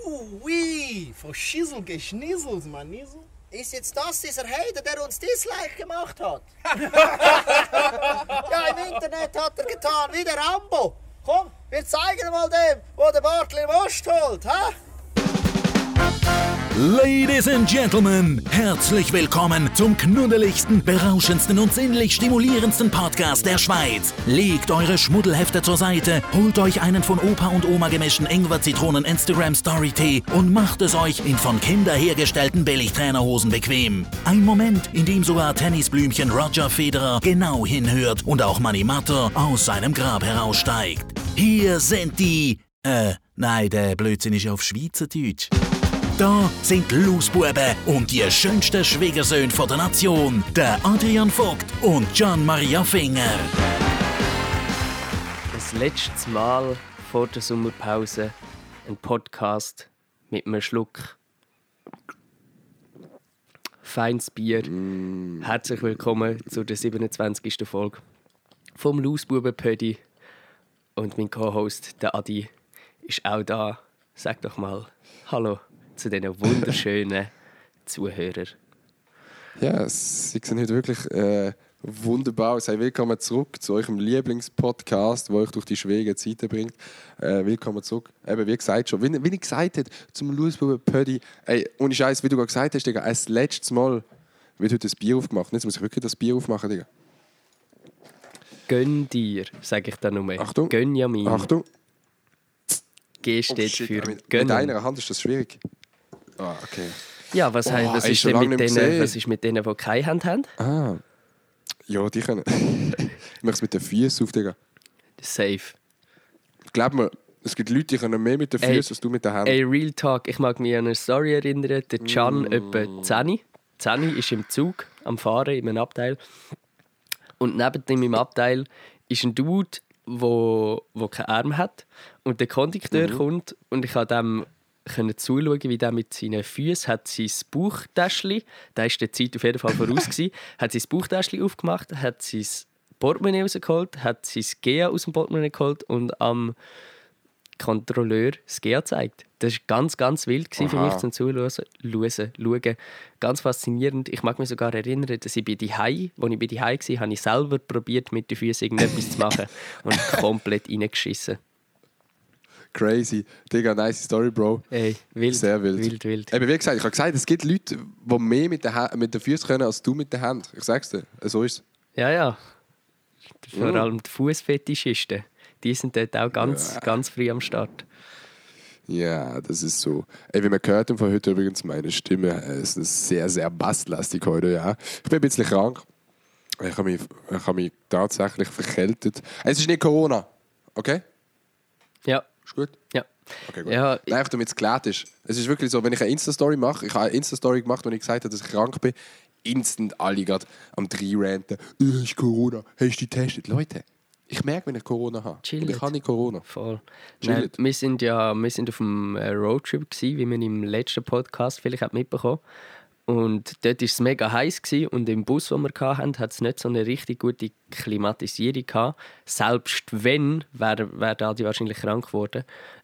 Von Schissel geschnissels, Mann, Nissel. Ist jetzt das dieser Hater, der uns Dislike gemacht hat? Ja, im Internet hat er getan, wie der Rambo. Komm, wir zeigen mal dem, wo der Bartli Most holt, ha? Ladies and Gentlemen, herzlich willkommen zum knuddeligsten, berauschendsten und sinnlich stimulierendsten Podcast der Schweiz. Legt eure Schmuddelhefte zur Seite, holt euch einen von Opa und Oma gemischten Ingwer-Zitronen-Instagram-Story-Tee und macht es euch in von Kinder hergestellten Billigtrainerhosen bequem. Ein Moment, in dem sogar Tennisblümchen Roger Federer genau hinhört und auch Manni Matter aus seinem Grab heraussteigt. Hier sind die... Nein, der Blödsinn ist ja auf Schweizerdeutsch. Da sind die Lausbuben und die schönsten Schwiegersöhne der Nation, der Adrian Vogt und Gian Maria Finger. Das letzte Mal vor der Sommerpause ein Podcast mit einem Schluck feines Bier. Herzlich willkommen zu der 27. Folge vom Lausbuben-Pödi. Und mein Co-Host, der Adi, ist auch da. Sag doch mal Hallo zu diesen wunderschönen Zuhörern. Ja, sie sind heute wirklich wunderbar. Sei willkommen zurück zu eurem Lieblingspodcast, der euch durch die schwierigen Zeiten bringt. Willkommen zurück. Eben, wie gesagt schon, wie ich gesagt habe, zum Lausbuben-Pödi, ohne Scheiß, wie du gerade gesagt hast, Digga, das letzte Mal wird heute das Bier aufgemacht. Jetzt muss ich wirklich das Bier aufmachen, Digga. Gönn dir, sage ich da nur. Achtung. Gönn ja mir. Achtung. G steht für Mit gönnen. einer Hand ist das schwierig. Ah, okay. Ja, was ist denn mit denen, was ist mit denen, die keine Hand haben? Ah. Ja, die können. Ich mache es mit den Füßen auf, Digga. Safe. Glaub mir, es gibt Leute, die können mehr mit den Füßen als du mit den Händen. Ey, Real Talk, ich mag mich an eine Story erinnern. Der Can etwa 10. 10 ist im Zug am Fahren in einem Abteil. Und neben dem im Abteil ist ein Dude, der keinen Arm hat. Und der Kondukteur kommt und ich konnte dem zuschauen, wie der mit seinen Füßen hat sein Bauchtäschchen, da war der Zeit auf jeden Fall voraus, hat sein Bauchtäschchen aufgemacht, hat sein Portemonnaie rausgeholt, hat sein GEA aus dem Portemonnaie geholt und am Kontrolleur das GEA gezeigt. Das war ganz, ganz wild für mich zum Zuschauen. Ganz faszinierend. Ich mag mich sogar erinnern, dass ich bei die Hai, als ich bei die Hai war, habe ich selber probiert, mit den Füßen irgendetwas zu machen und komplett reingeschissen. Crazy. Digga, nice Story, Bro. Ey, wild. Sehr wild. Eben, wie gesagt, ich habe gesagt, es gibt Leute, die mehr mit den Füßen können, als du mit den Händen. Ich sag's dir, so ist es. Ja. Vor allem die Fußfetischisten. Die sind dort auch ganz früh am Start. Ja, das ist so. Ey, wie man gehört von heute übrigens, meine Stimme ist sehr, sehr basslastig heute, ja. Ich bin ein bisschen krank. Ich habe mich tatsächlich verkältet. Es ist nicht Corona, okay? Ja. Ist gut? Ja. Okay, gut. Ja, Nein, damit es geklärt ist. Es ist wirklich so, wenn ich eine Insta-Story mache, ich habe eine Insta-Story gemacht, wo ich gesagt habe, dass ich krank bin, instant alle gerade am Reinranten. Ist Corona, hast du getestet? Leute, ich merke, wenn ich Corona habe. Chillet. Und ich habe nicht Corona. Voll. Nein, wir sind auf einem Roadtrip gewesen, wie man im letzten Podcast vielleicht hat mitbekommen. Und dort war es mega heiß und im Bus, den wir hatten, hat es nicht so eine richtig gute Klimatisierung gehabt. Selbst wenn, wäre Adi wahrscheinlich krank geworden.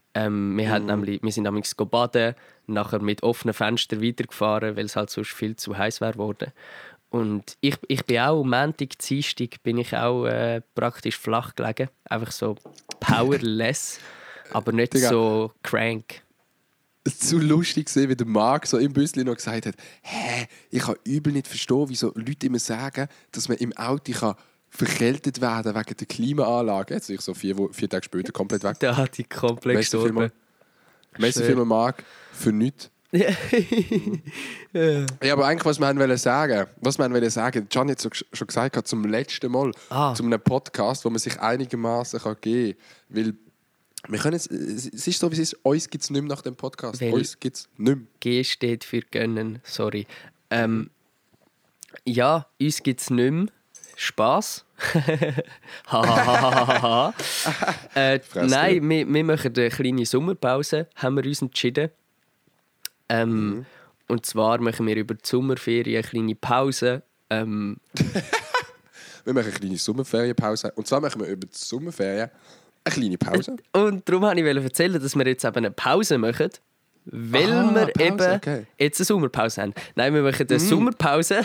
Wir sind nämlich baden, nachher mit offenen Fenstern weitergefahren, weil es halt sonst viel zu heiß wäre geworden. Und ich bin auch am Montag, Dienstag bin ich auch praktisch flach gelegen. Einfach so powerless, aber nicht Digga. so crank. Es war zu lustig, wie der Marc so im Büsschen noch gesagt hat, ich kann übel nicht verstehen, wieso Leute immer sagen, dass man im Auto verkältet werden wegen der Klimaanlage. Jetzt bin ich so 4 Tage später komplett weg. Da hat die komplett gestorben. Merci vielmals, Marc, für nichts. Ja, aber eigentlich, was wir wollen sagen, Can hat schon gesagt, zum letzten Mal, zu einem Podcast, wo man sich einigermaßen geben kann. Weil wir können es ist so, wie es ist, uns gibt es nicht mehr nach dem Podcast. Uns gibt es nicht mehr. G steht für gönnen, sorry. Ja, uns gibt es nicht mehr. Spass. Nein, wir machen eine kleine Sommerpause, haben wir uns entschieden. Und zwar machen wir über die Sommerferien eine kleine Pause. Wir machen eine kleine Sommerferienpause. Und zwar machen wir über die Sommerferien eine kleine Pause. Und darum wollte ich erzählen, dass wir jetzt eben eine Pause machen. Weil wir Pause, eben okay. jetzt eine Sommerpause haben. Nein, wir machen eine Sommerpause.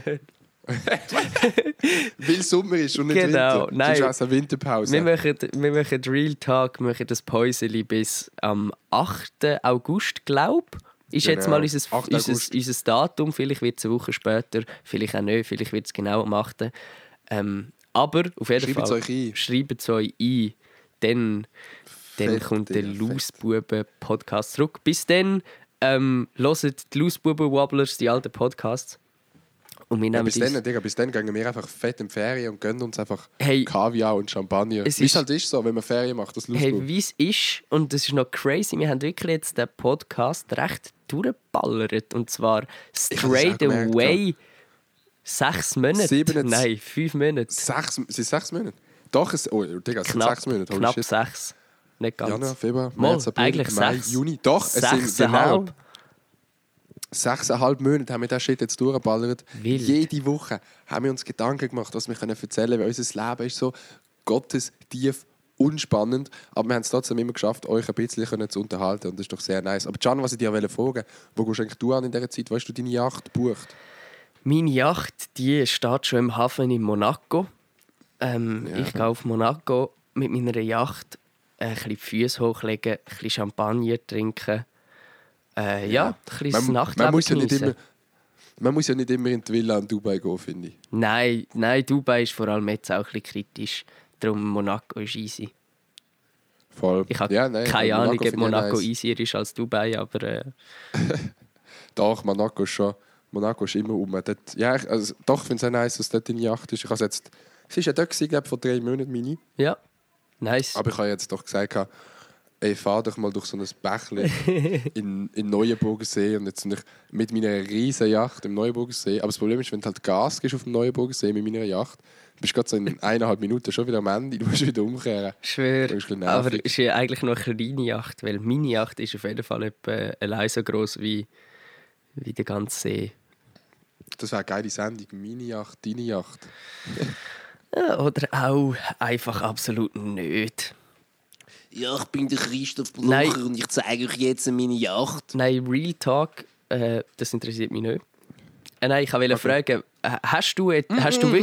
Weil Sommer ist und nicht Genau, Winter. nein. Sonst ist es eine Winterpause. Wir machen Real Talk, wir machen das Päuseli bis am 8. August, glaube ich. Ist jetzt Genau, mal 8. August. unser Datum. Vielleicht wird es eine Woche später, vielleicht auch nicht, vielleicht wird es genau am 8. Aber auf jeden Schreibt Fall es euch ein. schreibt es euch ein. Dann Fett, kommt der Digga, fett. Lausbuben-Podcast zurück. Bis dann hört die Lausbuben-Wobblers, die alten Podcasts. Und wir nehmen Bis dann gehen wir einfach fett in die Ferien und gönnen uns einfach Hey, Kaviar und Champagner. es Wie es ist- halt ist so, wenn man Ferien macht, das Hey, Lustbuch. wie es ist, und das ist noch crazy, wir haben wirklich jetzt den Podcast recht durchgeballert. Und zwar habe das straight auch gemerkt, away 6 Monate. 7. Nein, 5 Monate. Sind es 6 Monate? Doch, Digga, es sind Knapp, 6 Monate. Holy knapp shit. 6. Nicht ganz. Januar, Februar, Mal, März, April, eigentlich Mai, 6. Juni. Doch, es sind genau 6,5. 6,5 Monate haben wir den Shit jetzt durchgeballert. Wild. Jede Woche haben wir uns Gedanken gemacht, was wir erzählen können, weil unser Leben ist so Gottes tief unspannend. Aber wir haben es trotzdem immer geschafft, euch ein bisschen zu unterhalten. Und das ist doch sehr nice. Aber Can, was ich dir fragen wollte, wo gehst eigentlich du an in dieser Zeit? Wo hast du deine Yacht gebucht? Meine Yacht, die steht schon im Hafen in Monaco. Ich gehe auf Monaco mit meiner Yacht ein bisschen die Füße hochlegen, ein bisschen Champagner trinken. Ein bisschen das Nachtleben muss ja nicht geniessen. immer, man muss ja nicht immer in die Villa in Dubai gehen, finde ich. Nein, Dubai ist vor allem jetzt auch ein bisschen kritisch. Darum Monaco ist easy. Voll. Ich habe Ja, nein, keine Ahnung, ob finde ich Monaco nice. easier ist als Dubai, aber Doch, Monaco ist schon. Monaco ist immer dort, ja, doch, ich finde es auch nice, dass dort deine Yacht ist. Ich habe jetzt, es war ja dort, glaube ich, vor 3 Monaten meine. ja, nice. Aber ich habe jetzt doch gesagt, ey, fahr doch mal durch so ein Bächle in Neuenburgersee und jetzt bin ich mit meiner riesen Yacht im Neuenburgersee. Aber das Problem ist, wenn du halt Gas gibst auf dem Neuenburgersee mit meiner Yacht, bist du gerade so in 1,5 Minuten schon wieder am Ende, du musst wieder umkehren. Schwör, Das ist ein bisschen aber nervig. es ist ja eigentlich noch eine kleine Yacht, weil meine Yacht ist auf jeden Fall etwa allein so gross wie der ganze See. Das wäre eine geile Sendung. Meine Yacht, deine Yacht. Ja, oder auch einfach absolut nicht. Ja, ich bin der Christoph Nein. Blucher und ich zeige euch jetzt meine Yacht. Nein, Real Talk, das interessiert mich nicht. Nein, ich wollte fragen, hast du wirklich...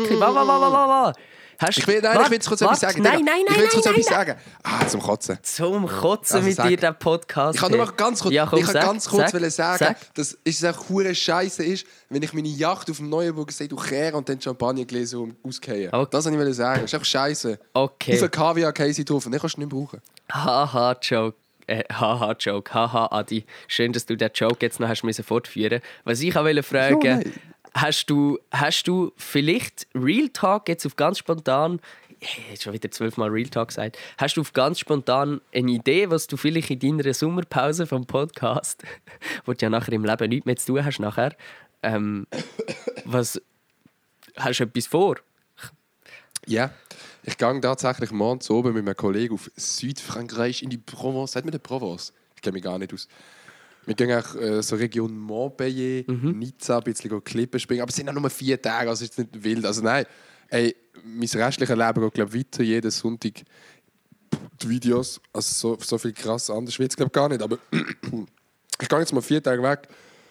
Hast Ich will jetzt kurz etwas sagen. Nein, Digga. Ich will jetzt kurz etwas sagen. Zum Kotzen. Zum Kotzen Also mit sag. dir, der Podcast. Ich kann nur noch ganz kurz, Ja, komm, ich kann sag, ganz kurz sag, sagen, sag. dass es auch hure Scheiße ist, wenn ich meine Yacht auf dem Neuenburgersee durchkehre und dann Champagnergläser ausgehe. Okay. Das wollte ich sagen. Das ist einfach Scheiße. Okay. Wie viel Kaviar Käse drauf und den kannst du nicht brauchen. Haha-Joke. Haha-Joke. Haha, Adi. Schön, dass du den Joke jetzt noch hast müssen fortführen. Was ich auch wollte fragen, hast du vielleicht Real Talk jetzt auf ganz spontan, jetzt schon wieder 12-mal Real Talk gesagt, hast du auf ganz spontan eine Idee, was du vielleicht in deiner Sommerpause vom Podcast, wo du ja nachher im Leben nichts mehr zu tun hast, nachher, was, hast du etwas vor? Ja. Ich gehe tatsächlich morgens oben mit meinem Kollegen auf Südfrankreich in die Provence. Sagt man die Provence? Ich kenne mich gar nicht aus. Wir gehen auch so Region Montpellier, Nizza, ein bisschen Klippen springen. Aber es sind auch nur 4 Tage, also es ist nicht wild. Also nein, ey, mein restliches Leben geht glaube weiter. Jeden Sonntag die Videos. Also so viel krass anders wird es glaube gar nicht. Aber ich gehe jetzt mal 4 Tage weg,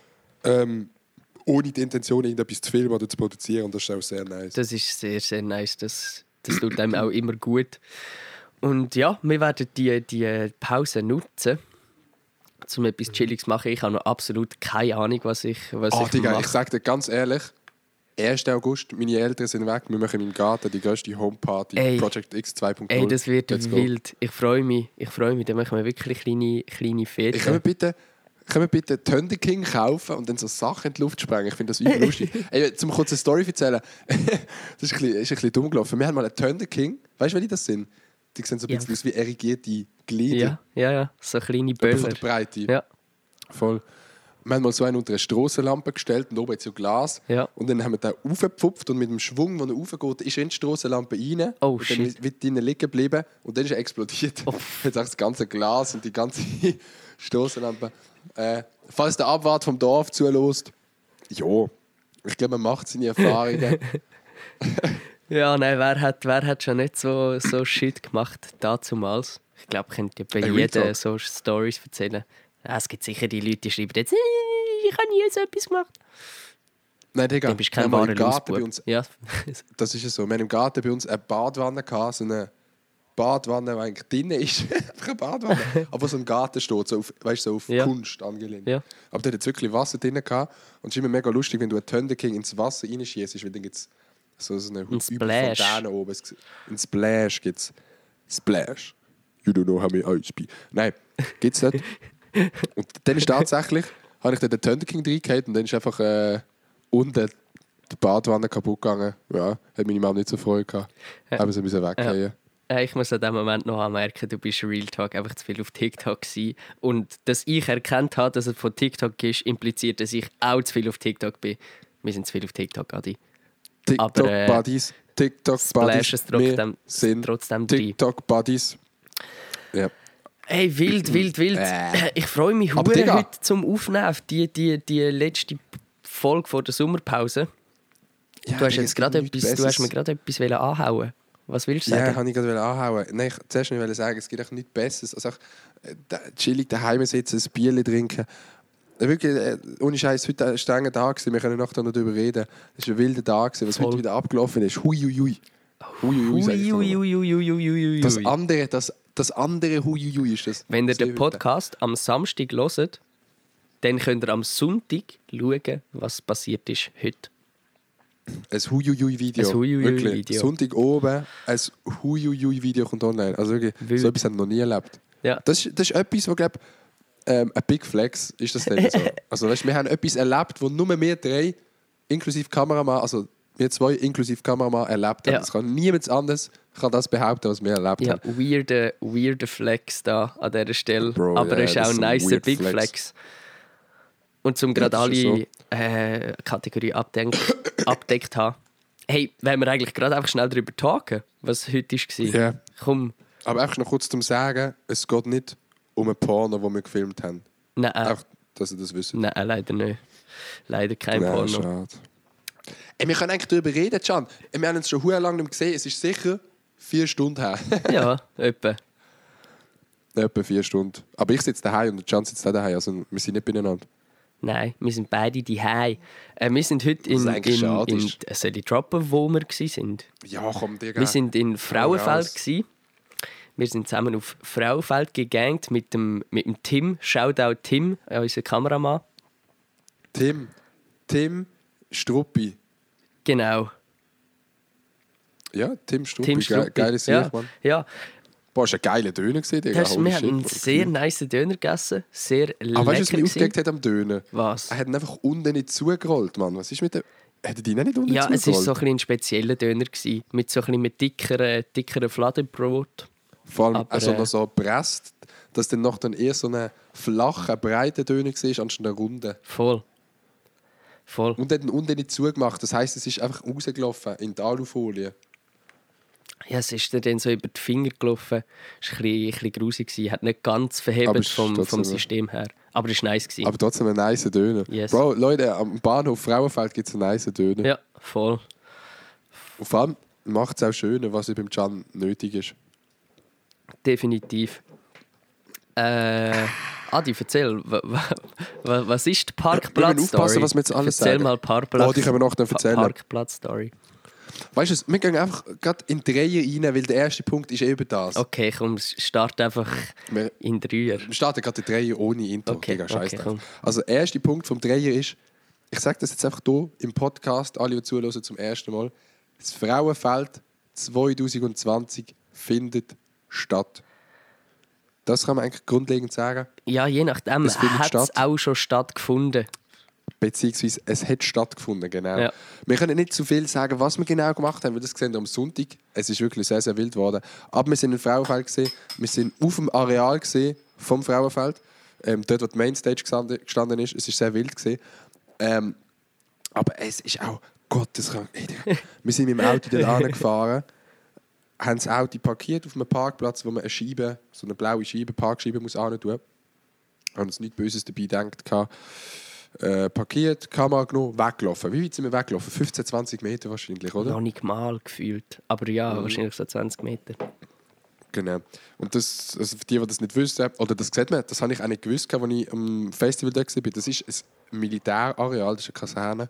ohne die Intention, irgendetwas zu filmen oder zu produzieren. Und das ist auch sehr nice. Das ist sehr, sehr nice. Das tut einem auch immer gut. Und ja, wir werden die Pause nutzen, um etwas Chilliges zu machen. Ich habe noch absolut keine Ahnung, was ich Digga, mache. ich sage dir ganz ehrlich, 1. August, meine Eltern sind weg, wir machen im Garten die grösste Homeparty, Ey. Project X 2.0. Ey, das wird Let's go. wild. Ich freue mich. Dann machen wir wirklich kleine Fete. Können wir bitte Thunder King kaufen und dann so Sachen in die Luft sprengen? Ich finde das übel lustig. Ey, zum kurz eine Story erzählen. Das ist ein bisschen dumm gelaufen. Wir haben mal einen Thunder King. Weißt du, welche das sind? Die sehen so ein bisschen aus wie erigierte Glieder. Ja. So kleine Aber Böller. von der Breite. Ja. Voll. Wir haben mal so einen unter eine Strassenlampe gestellt und oben hat so Glas. Ja. Und dann haben wir den aufgepfupft und mit dem Schwung, der raufgeht, ist er in die Strassenlampe rein. Oh, und dann shit. wird drinnen liegen geblieben und dann ist er explodiert. Jetzt auch das ganze Glas und die ganze Strassenlampe. Falls der Abwart vom Dorf zulässt, ja, ich glaube, man macht seine Erfahrungen. Ja, nein, wer hat schon nicht so Shit gemacht dazumals? Ich glaube, könnte ja bei Real jedem Talk. so Stories erzählen. Ja, es gibt sicher die Leute, die schreiben jetzt, ich habe nie so etwas gemacht. Nein, Digga, Du bist kein wir haben wahrer im Garten bei Lausbub. uns, Ja. das ist ja so, wir haben im Garten bei uns eine Badwanne gehabt, so eine Badwanne, die eigentlich drinnen ist. Einfach eine Badwanne. Aber so im Garten steht, so auf, weißt, so auf Ja. Kunst angelehnt. Ja. Aber da hat jetzt wirklich Wasser drin gehabt. Und es ist immer mega lustig, wenn du einen Thunder King ins Wasser reinschießt, weil dann gibt es so eine Splash. Fontäne oben. Ein Splash gibt es. Splash. You don't know how many ice be. Nein, gibt es nicht. Und dann ist tatsächlich, habe ich dann den Thunder King reingehauen und dann ist einfach unten die Badwanne kaputt gegangen. Ja, hat meine Mama nicht so Freude gehabt. Haben sie müssen weggehen. Ich muss an dem Moment noch anmerken, du bist Real Talk einfach zu viel auf TikTok gewesen. Und dass ich erkannt habe, dass es von TikTok ist, impliziert, dass ich auch zu viel auf TikTok bin. Wir sind zu viel auf TikTok, Adi. TikTok-Buddies. Splashes TikTok-Buddies. trotzdem- Sind trotzdem drin. TikTok-Buddies. Ja. Hey, wild. Ich freue mich Aber hure Digga. heute zum Aufnehmen auf die letzte Folge vor der Sommerpause. Ja, Du hast Digga, jetzt es gerade gibt etwas, nichts du hast mir Besseres. gerade etwas anhauen. Was willst du Ja, sagen? kann ich gerade anhauen. Nein, ich zuerst nicht sagen, es gibt auch nichts Besseres. Also chillig daheim sitzen, ein Bier trinken. Wirklich, ohne Scheiß, heute war ein strenger Tag gewesen. Wir können nachher noch darüber reden. Es war ein wilder Tag gewesen, was Voll. heute wieder abgelaufen ist. Huiuiui. Huiuiui, sag ich dir mal. Ui. Das andere Huiuiui ist das. Wenn ihr Das den heute. Podcast am Samstag hört, dann könnt ihr am Sonntag schauen, was passiert ist heute. Ein Huiuiui-Video. Ein Huiuiui-Video. Wirklich. Sonntag oben ein Huiuiui-Video kommt online. Also wirklich, Wild. so etwas haben wir noch nie erlebt. Ja. Das ist etwas, wo glaube ein Big Flex ist das denn so. Also weißt, wir haben etwas erlebt, wo nur wir drei, inklusive Kameramann, also wir zwei inklusive Kameramann erlebt haben. Ja. Das kann niemand anders kann das behaupten, was wir erlebt Ja, haben. weirder Flex da an dieser Stelle. Bro, aber ja, es ist das auch ist ein ein nicer weird Big Flex. Flex. Und zum gerade das ist alle Kategorie abdeckt haben. Hey, wollen wir eigentlich gerade einfach schnell darüber talken, was heute war? Ja. Komm. Aber einfach noch kurz zum Sagen, es geht nicht um ein Porno, das wir gefilmt haben. Nein, Auch, dass ihr das wisst. nein, leider nicht. Leider kein Nein, Porno. schade. Ey, wir können eigentlich darüber reden, Can. Wir haben uns schon sehr lange nicht mehr gesehen. Es ist sicher 4 Stunden her. Ja, etwa. Etwa 4 Stunden. Aber ich sitze daheim und der Can sitzt auch daheim. Also wir sind nicht beieinander. Nein, wir sind beide daheim. Wir sind heute Was eigentlich schade ist. soll ich droppen, wo wir waren? Ja, komm, Digga. Wir sind in Frauenfeld. raus. Gsi. Wir sind zusammen auf Frauenfeld gegangen mit dem Tim. Shoutout Tim, unser Kameramann. Tim Struppi. Genau. Ja, Tim Struppi. Tim Struppi. Geile Sicht, ja. Mann. Ja, Boah, ist ein geiler Döner gesehen, Digga. wir Holy haben einen shit. sehr nice Döner gegessen. Sehr lecker. Aber weißt du, was mich gewesen. aufgeregt hat am Döner? Was? Er hat ihn einfach unten nicht zugerollt, Mann. Was ist mit dem... Hat er die nicht unten Ja, es zugerollt? war so ein bisschen ein spezieller Döner. Gewesen, mit so ein bisschen mit dickeren Fladenbrot. Vor allem Aber, also noch so gepresst, dass dann noch dann eher so einen flachen, breiten Döner war, anstatt einen runden. Voll. Und hat ihn unten nicht zugemacht. Das heisst, es ist einfach rausgelaufen in die Alufolie. Ja, es ist dir dann so über die Finger gelaufen. Es war ein bisschen grusig gewesen. Hat nicht ganz Aber verhebt es ist vom trotzdem- System her. Aber es war nice gewesen. Aber trotzdem ein nice Döner. Yes. Bro, Leute, am Bahnhof Frauenfeld gibt es einen nice Döner. Ja, voll. Und vor allem macht es auch schöner, was beim Can nötig ist. Definitiv. Adi, erzähl, was ist die Wir müssen Parkplatz-Story? aufpassen, was wir jetzt alles Erzähl sagen. mal Parkplatz. Oh, die können wir nachher erzählen. Parkplatz-Story. Weißt du, wir gehen einfach gerade in die Reihe rein, weil der erste Punkt ist eben das. Okay, komm, start einfach Wir, in Dreier. wir starten gerade die Dreier ohne Intro. Okay, Digga, scheiß okay, drauf. komm. Also der erste Punkt vom Dreier ist, ich sage das jetzt einfach hier im Podcast, alle, die zuhören zum ersten Mal, das Frauenfeld 2020 findet statt. Das kann man eigentlich grundlegend sagen. Ja, je nachdem Es findet hat es statt. auch schon stattgefunden. Beziehungsweise es hat stattgefunden, genau. Ja. Wir können nicht zu viel sagen, was wir genau gemacht haben, weil das sehen wir am Sonntag. Es ist wirklich sehr, sehr wild geworden. Aber wir sind im Frauenfeld gesehen, wir sind auf dem Areal gesehen vom Frauenfeld, dort wo die Mainstage gestanden ist. Es ist sehr wild gesehen. Aber es ist auch gotteskrank. Wir sind mit dem Auto dort gefahren, haben das Auto parkiert auf einem Parkplatz, wo man eine Scheibe, so eine blaue Scheibe, Parkscheibe muss tun. Haben uns nichts Böses dabei gedacht. Parkiert, Kamera genommen, weggelaufen. Wie weit sind wir weggelaufen? 15, 20 Meter wahrscheinlich, oder? Noch nicht mal gefühlt. Aber ja, wahrscheinlich so 20 Meter. Genau. Und das, also für die, die das nicht wissen, oder das sieht man, das habe ich auch nicht gewusst, als ich am Festival da war. Das ist ein Militärareal, das ist eine Kaserne.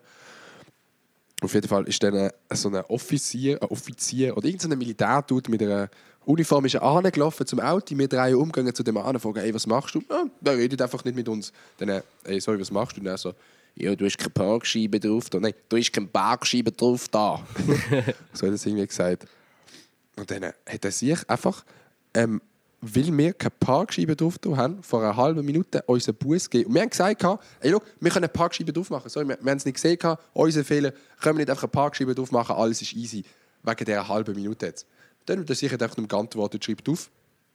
Auf jeden Fall ist dann so ein Offizier oder irgendein Militärdude mit einer Uniform ist angelaufen zum Auto. Wir drei umgehen zu dem an und fragen, ey, was machst du? Ja, der redet einfach nicht mit uns. Dann, ey, sorry, was machst du? Und dann so, ja, du hast keine Parkscheibe drauf da. Nein, du hast keine Parkscheibe drauf da. So hat er es irgendwie gesagt. Und dann hat er sich einfach, weil wir keine Parkscheibe drauf haben, vor einer halben Minute unseren Bus gegeben. Und wir haben gesagt, ey, look, wir können eine Parkscheibe drauf machen. Sorry, wir haben es nicht gesehen, unser Fehler, können wir nicht einfach eine Parkscheibe drauf machen, alles ist easy. Wegen dieser halben Minute jetzt. Dann hat er sich einfach nur geantwortet, schreibt auf.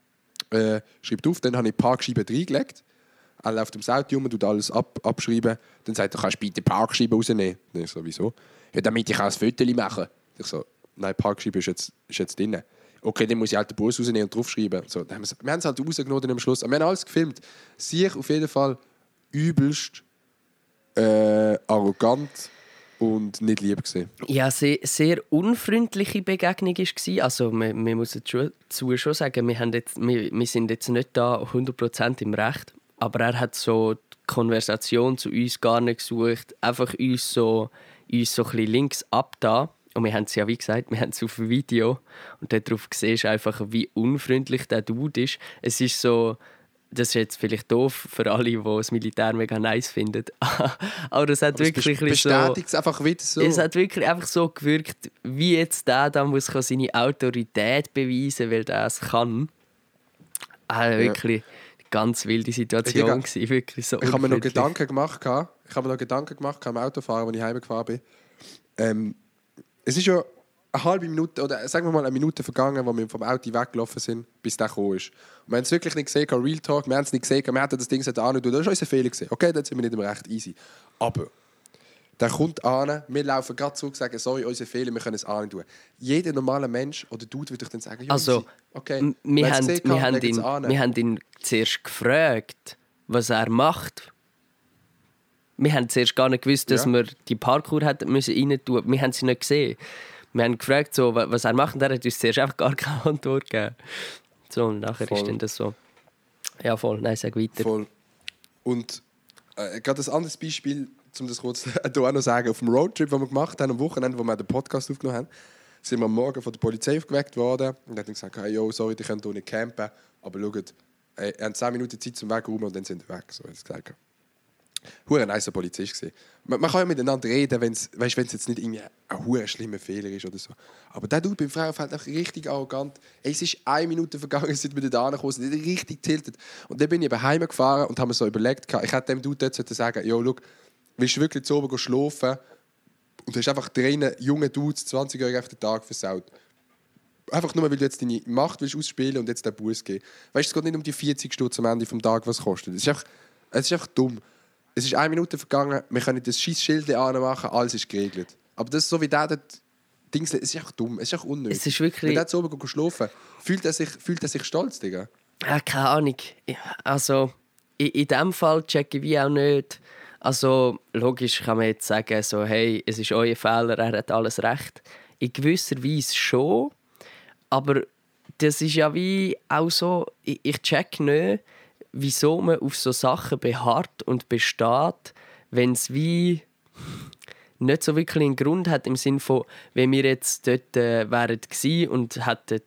Dann habe ich die Parkscheibe reingelegt. Er läuft ums Auto um, tut alles abschreiben. Dann sagt er, kannst du bitte die Parkscheibe rausnehmen? Dann ich so, wieso? Ja, damit ich auch ein Foto machen kann. Ich so, nein, die Parkscheibe ist jetzt drin. Okay, dann muss ich halt den Bus rausnehmen und draufschreiben. So, wir haben es halt rausgenommen am Schluss. Wir haben alles gefilmt. Sich auf jeden Fall übelst arrogant und nicht lieb gesehen. Ja, sehr unfreundliche Begegnung war. Also, man muss dazu schon sagen, wir sind jetzt nicht da 100% im Recht. Aber er hat so die Konversation zu uns gar nicht gesucht. Einfach uns so ein bisschen links ab da. Und wir haben es ja, wie gesagt, wir haben es auf Video. Und darauf siehst du einfach, wie unfreundlich der Dude ist. Es ist so, das ist jetzt vielleicht doof für alle, die das Militär mega nice finden. Aber es hat wirklich bestätigt es einfach wieder so. Es hat wirklich einfach so gewirkt, wie jetzt der da muss seine Autorität beweisen, weil der es kann. Wirklich ganz wilde Situation gewesen, wirklich so. Ich habe mir noch Gedanken gemacht am Autofahren, als ich heimgefahren bin. Es ist ja eine halbe Minute, oder sagen wir mal eine Minute vergangen, wo wir vom Auto weggelaufen sind, bis der gekommen ist. Und wir haben es wirklich nicht gesehen, Real Talk, wir haben es nicht gesehen, wir hätten das Ding an und das ist unser Fehler gewesen. Okay, dann sind wir nicht im Recht, easy. Aber der kommt an, wir laufen gerade zurück und sagen, sorry, unser Fehler, wir können es an tun. Jeder normale Mensch oder Dude würde ich dann sagen, ja, also, okay, wir haben ihn zuerst gefragt, was er macht. Wir haben zuerst gar nicht gewusst, dass wir die Parkour rein müssen. Wir haben sie nicht gesehen. Wir haben gefragt, so, was er macht, und er hat uns zuerst einfach gar keine Antwort gegeben. So, und nachher ist dann das so. Ja, voll. Nein, sag weiter. Voll. Und gerade ein anderes Beispiel, um das kurz hier auch noch sagen, auf dem Roadtrip, den wir gemacht haben, am Wochenende, wo wir den Podcast aufgenommen haben, sind wir am Morgen von der Polizei aufgeweckt worden und hat dann gesagt, hey, yo, sorry, die können hier nicht campen, aber schaut, ihr habt 10 Minuten Zeit zum Wegräumen und dann sind wir weg. So hat es gesagt. Hure nice Polizist gewesen. Man kann ja miteinander reden, wenn es jetzt nicht irgendwie ein hure schlimmer Fehler ist oder so. Aber der Dude beim Frauenfeld auch richtig arrogant. Es ist 1 Minute vergangen, seit wir da angekommen sind, richtig tiltet. Und dann bin ich eben heimgefahren und habe mir so überlegt, ich hätte dem Dude dort sagen, jo, schau, willst du wirklich zu oben schlafen und du hast einfach 3 junge Dudes, 20-Jährige auf den Tag versaut. Einfach nur, weil du jetzt deine Macht willst ausspielen und jetzt den Bus geben. Weißt du, es geht nicht um die 40 Stutz am Ende des Tages, was es kostet. Es ist einfach dumm. Es ist 1 Minute vergangen, wir können das scheiß Schild anmachen, alles ist geregelt. Aber das ist so wie der Dings, es ist einfach dumm, es ist einfach unnötig. Es ist wirklich... Wenn der zu oben schlafen, fühlt er sich stolz, Digga? Ja, keine Ahnung. Also, in diesem Fall checke ich wie auch nicht. Also, logisch kann man jetzt sagen, so, hey, es ist euer Fehler, er hat alles recht. In gewisser Weise schon. Aber das ist ja wie auch so, ich check nicht, wieso man auf so Sachen beharrt und besteht, wenn es wie nicht so wirklich einen Grund hat, im Sinne von, wenn wir jetzt dort wären gewesen und hätten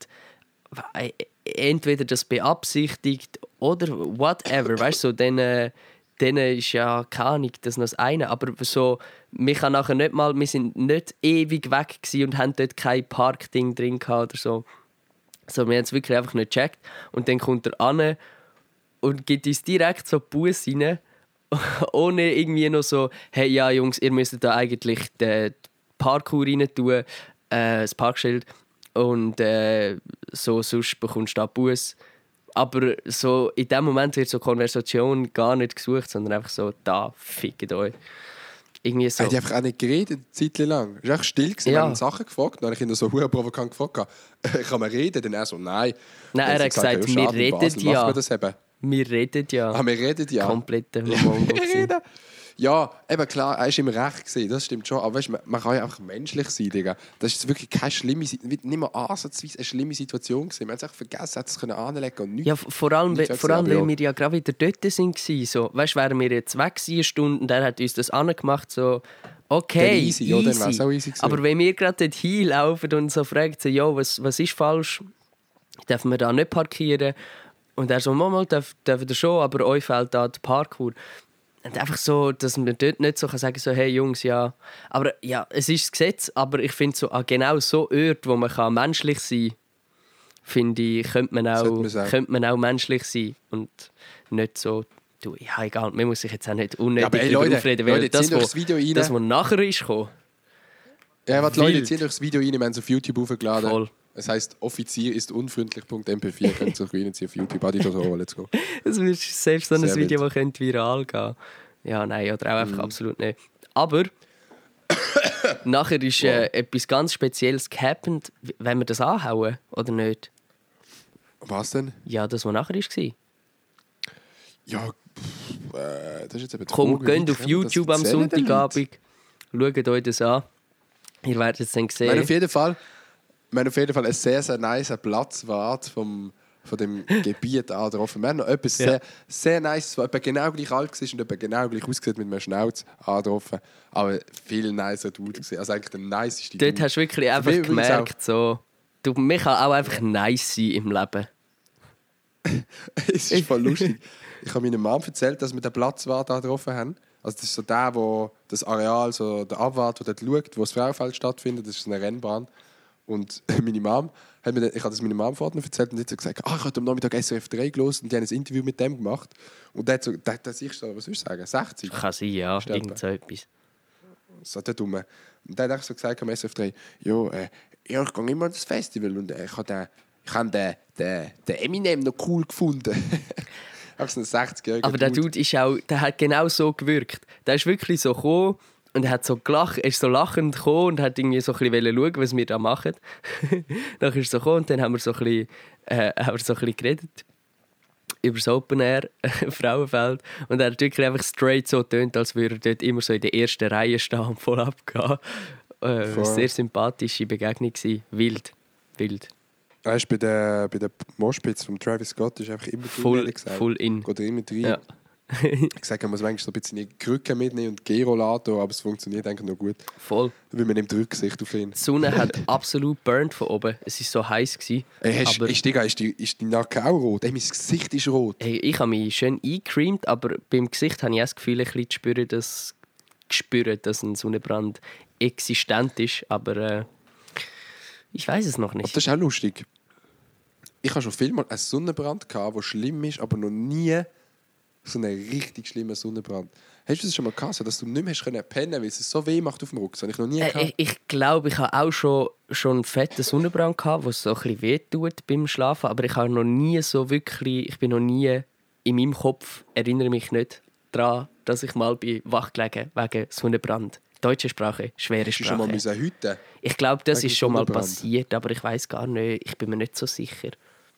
entweder das beabsichtigt oder whatever, weißt du, so, dann ist ja keine Ahnung, das noch das eine, aber so, wir sind nicht ewig weg gewesen und haben dort kein Parkding drin gehabt oder so. So, wir haben es wirklich einfach nicht gecheckt und dann kommt er an und gibt uns direkt so Bus rein, ohne irgendwie noch so, hey, ja Jungs, ihr müsst da eigentlich den Parkour rein tun, das Parkschild, und so, sonst bekommst du da Bus. Aber so, in dem Moment wird so Konversation gar nicht gesucht, sondern einfach so, da, fickt euch. Irgendwie so. Er hat einfach auch nicht geredet, eine Zeit lang. Er war echt still. Ja. Wir haben ihn Sachen gefragt. Dann habe ich ihn so provokant gefragt. Kann man reden? Dann er so, nein. Nein, er hat gesagt, wir reden ja. Machen wir das eben. Wir reden ja. Wir reden ja. Kompletter Mongo. Wir reden. Ja, eben klar, er war im Recht gewesen, das stimmt schon. Aber weißt, man kann ja einfach menschlich sein, Digga. Das ist wirklich keine schlimme, nicht mal ansatzweise eine schlimme Situation gewesen. Wir haben es einfach vergessen, es anlegen und nichts. Ja, vor allem weil wir ja gerade wieder dort waren. So, weißt, wären wir jetzt weg gewesen, eine Stunde, und er hat uns das angemacht, so, okay, easy. Ja, dann wär's auch easy gewesen. Aber wenn wir gerade dort hinlaufen und so fragen, so, ja, was ist falsch, dürfen wir da nicht parkieren? Und er so, mal, dürfen wir schon, aber euch fehlt da der Parkour. Und einfach so, dass man dort nicht so sagen kann, so, hey Jungs, ja. Aber ja, es ist das Gesetz, aber ich finde, so, genau so Orte, wo man menschlich sein kann, finde ich, könnte man auch menschlich sein. Und nicht so, du, ja egal, man muss sich jetzt auch nicht unnötig darüber aufreden, weil Leute, das, was nachher ist gekommen. Ja, warte, Leute, ziehen euch das Video rein, wir haben es auf YouTube hochgeladen. Voll. Es heisst Offizier ist unfreundlich.mp4. Könnt ihr euch reinziehen auf YouTube. Adidas, let's go. Das ist selbst so ein Sehr Video, das viral gehen könnte. Ja, nein, oder auch einfach absolut nicht. Aber nachher ist etwas ganz Spezielles gehappened. Wenn wir das anhauen, oder nicht? Was denn? Ja, das, was nachher war. Ja, das ist jetzt eben Komm, geht auf YouTube am Sonntagabend. Schaut euch das an. Ihr werdet es dann sehen. Wir haben auf jeden Fall einen sehr, sehr nice Platzwart von dem Gebiet angetroffen. Wir haben noch etwas sehr, sehr nice, das etwa genau gleich alt war und etwa genau gleich aussieht mit einem Schnauz angetroffen. Aber viel nicer Dude gewesen. Also eigentlich der niceste Dude. Dort hast du wirklich einfach gemerkt, so, man kann auch einfach nice sein im Leben. Es ist voll lustig. Ich habe meiner Mom erzählt, dass wir den Platzwart angetroffen haben. Also das ist so der, wo das Areal, so der Abwart, der dort schaut, wo das Frauenfeld stattfindet. Das ist so eine Rennbahn. Und meine Mom ich habe das meiner Mom vorhin erzählt und sie hat gesagt, ich habe am Nachmittag SRF 3 gelesen und die haben ein Interview mit dem gemacht. Und der hat so, was soll ich sagen, 60? Kann sein, ja, irgend so etwas. So der Dumme. Und der hat so gesagt am SRF 3, ich gehe immer an das Festival und ich habe den Eminem noch cool gefunden. Auch so ein 60-jähriger Aber der Dude der hat genau so gewirkt. Der ist wirklich so gekommen und er hat so gelacht, er ist so lachend gekommen und hat irgendwie so ein bisschen schauen, was wir da machen. Dann ist er so gekommen und dann haben wir so ein bisschen geredet über das Open Air Frauenfeld. Und er hat wirklich einfach straight so getönt, als würde er dort immer so in der ersten Reihe stehen und voll abgehen. Sehr sympathische Begegnung gewesen. Wild. Weißt du, bei der Moshpits von Travis Scott ist einfach immer Full in. Geht immer rein. Ja. Ich sage, man muss manchmal so ein bisschen die Krücke mitnehmen und G-Rollator, aber es funktioniert eigentlich noch gut. Voll. Weil man nimmt Rücksicht auf ihn. Die Sonne hat absolut burnt von oben. Es war so heiß. Ist die Nacke auch rot? Mein Gesicht ist rot. Hey, ich habe mich schön eingecreamt, aber beim Gesicht habe ich auch das Gefühl, ein bisschen zu spüren, dass ein Sonnenbrand existent ist. Aber ich weiß es noch nicht. Aber das ist auch lustig. Ich hatte schon vielmal einen Sonnenbrand, der schlimm ist, aber noch nie so einen richtig schlimmen Sonnenbrand. Hast du das schon mal gehabt, dass du nicht mehr pennen konntest, weil es so weh macht auf dem Rücken? Das habe ich noch nie gehabt. Ich glaube, ich habe auch schon einen fetten Sonnenbrand gehabt, der so ein bisschen weh tut beim Schlafen. Aber ich habe noch nie so wirklich, ich bin noch nie in meinem Kopf, erinnere mich nicht daran, dass ich mal wach gelegen wegen Sonnenbrand. Deutsche Sprache, schwere Sprache. Hast du schon mal hüten? Ich glaube, das ist schon mal passiert, aber ich weiß gar nicht, ich bin mir nicht so sicher.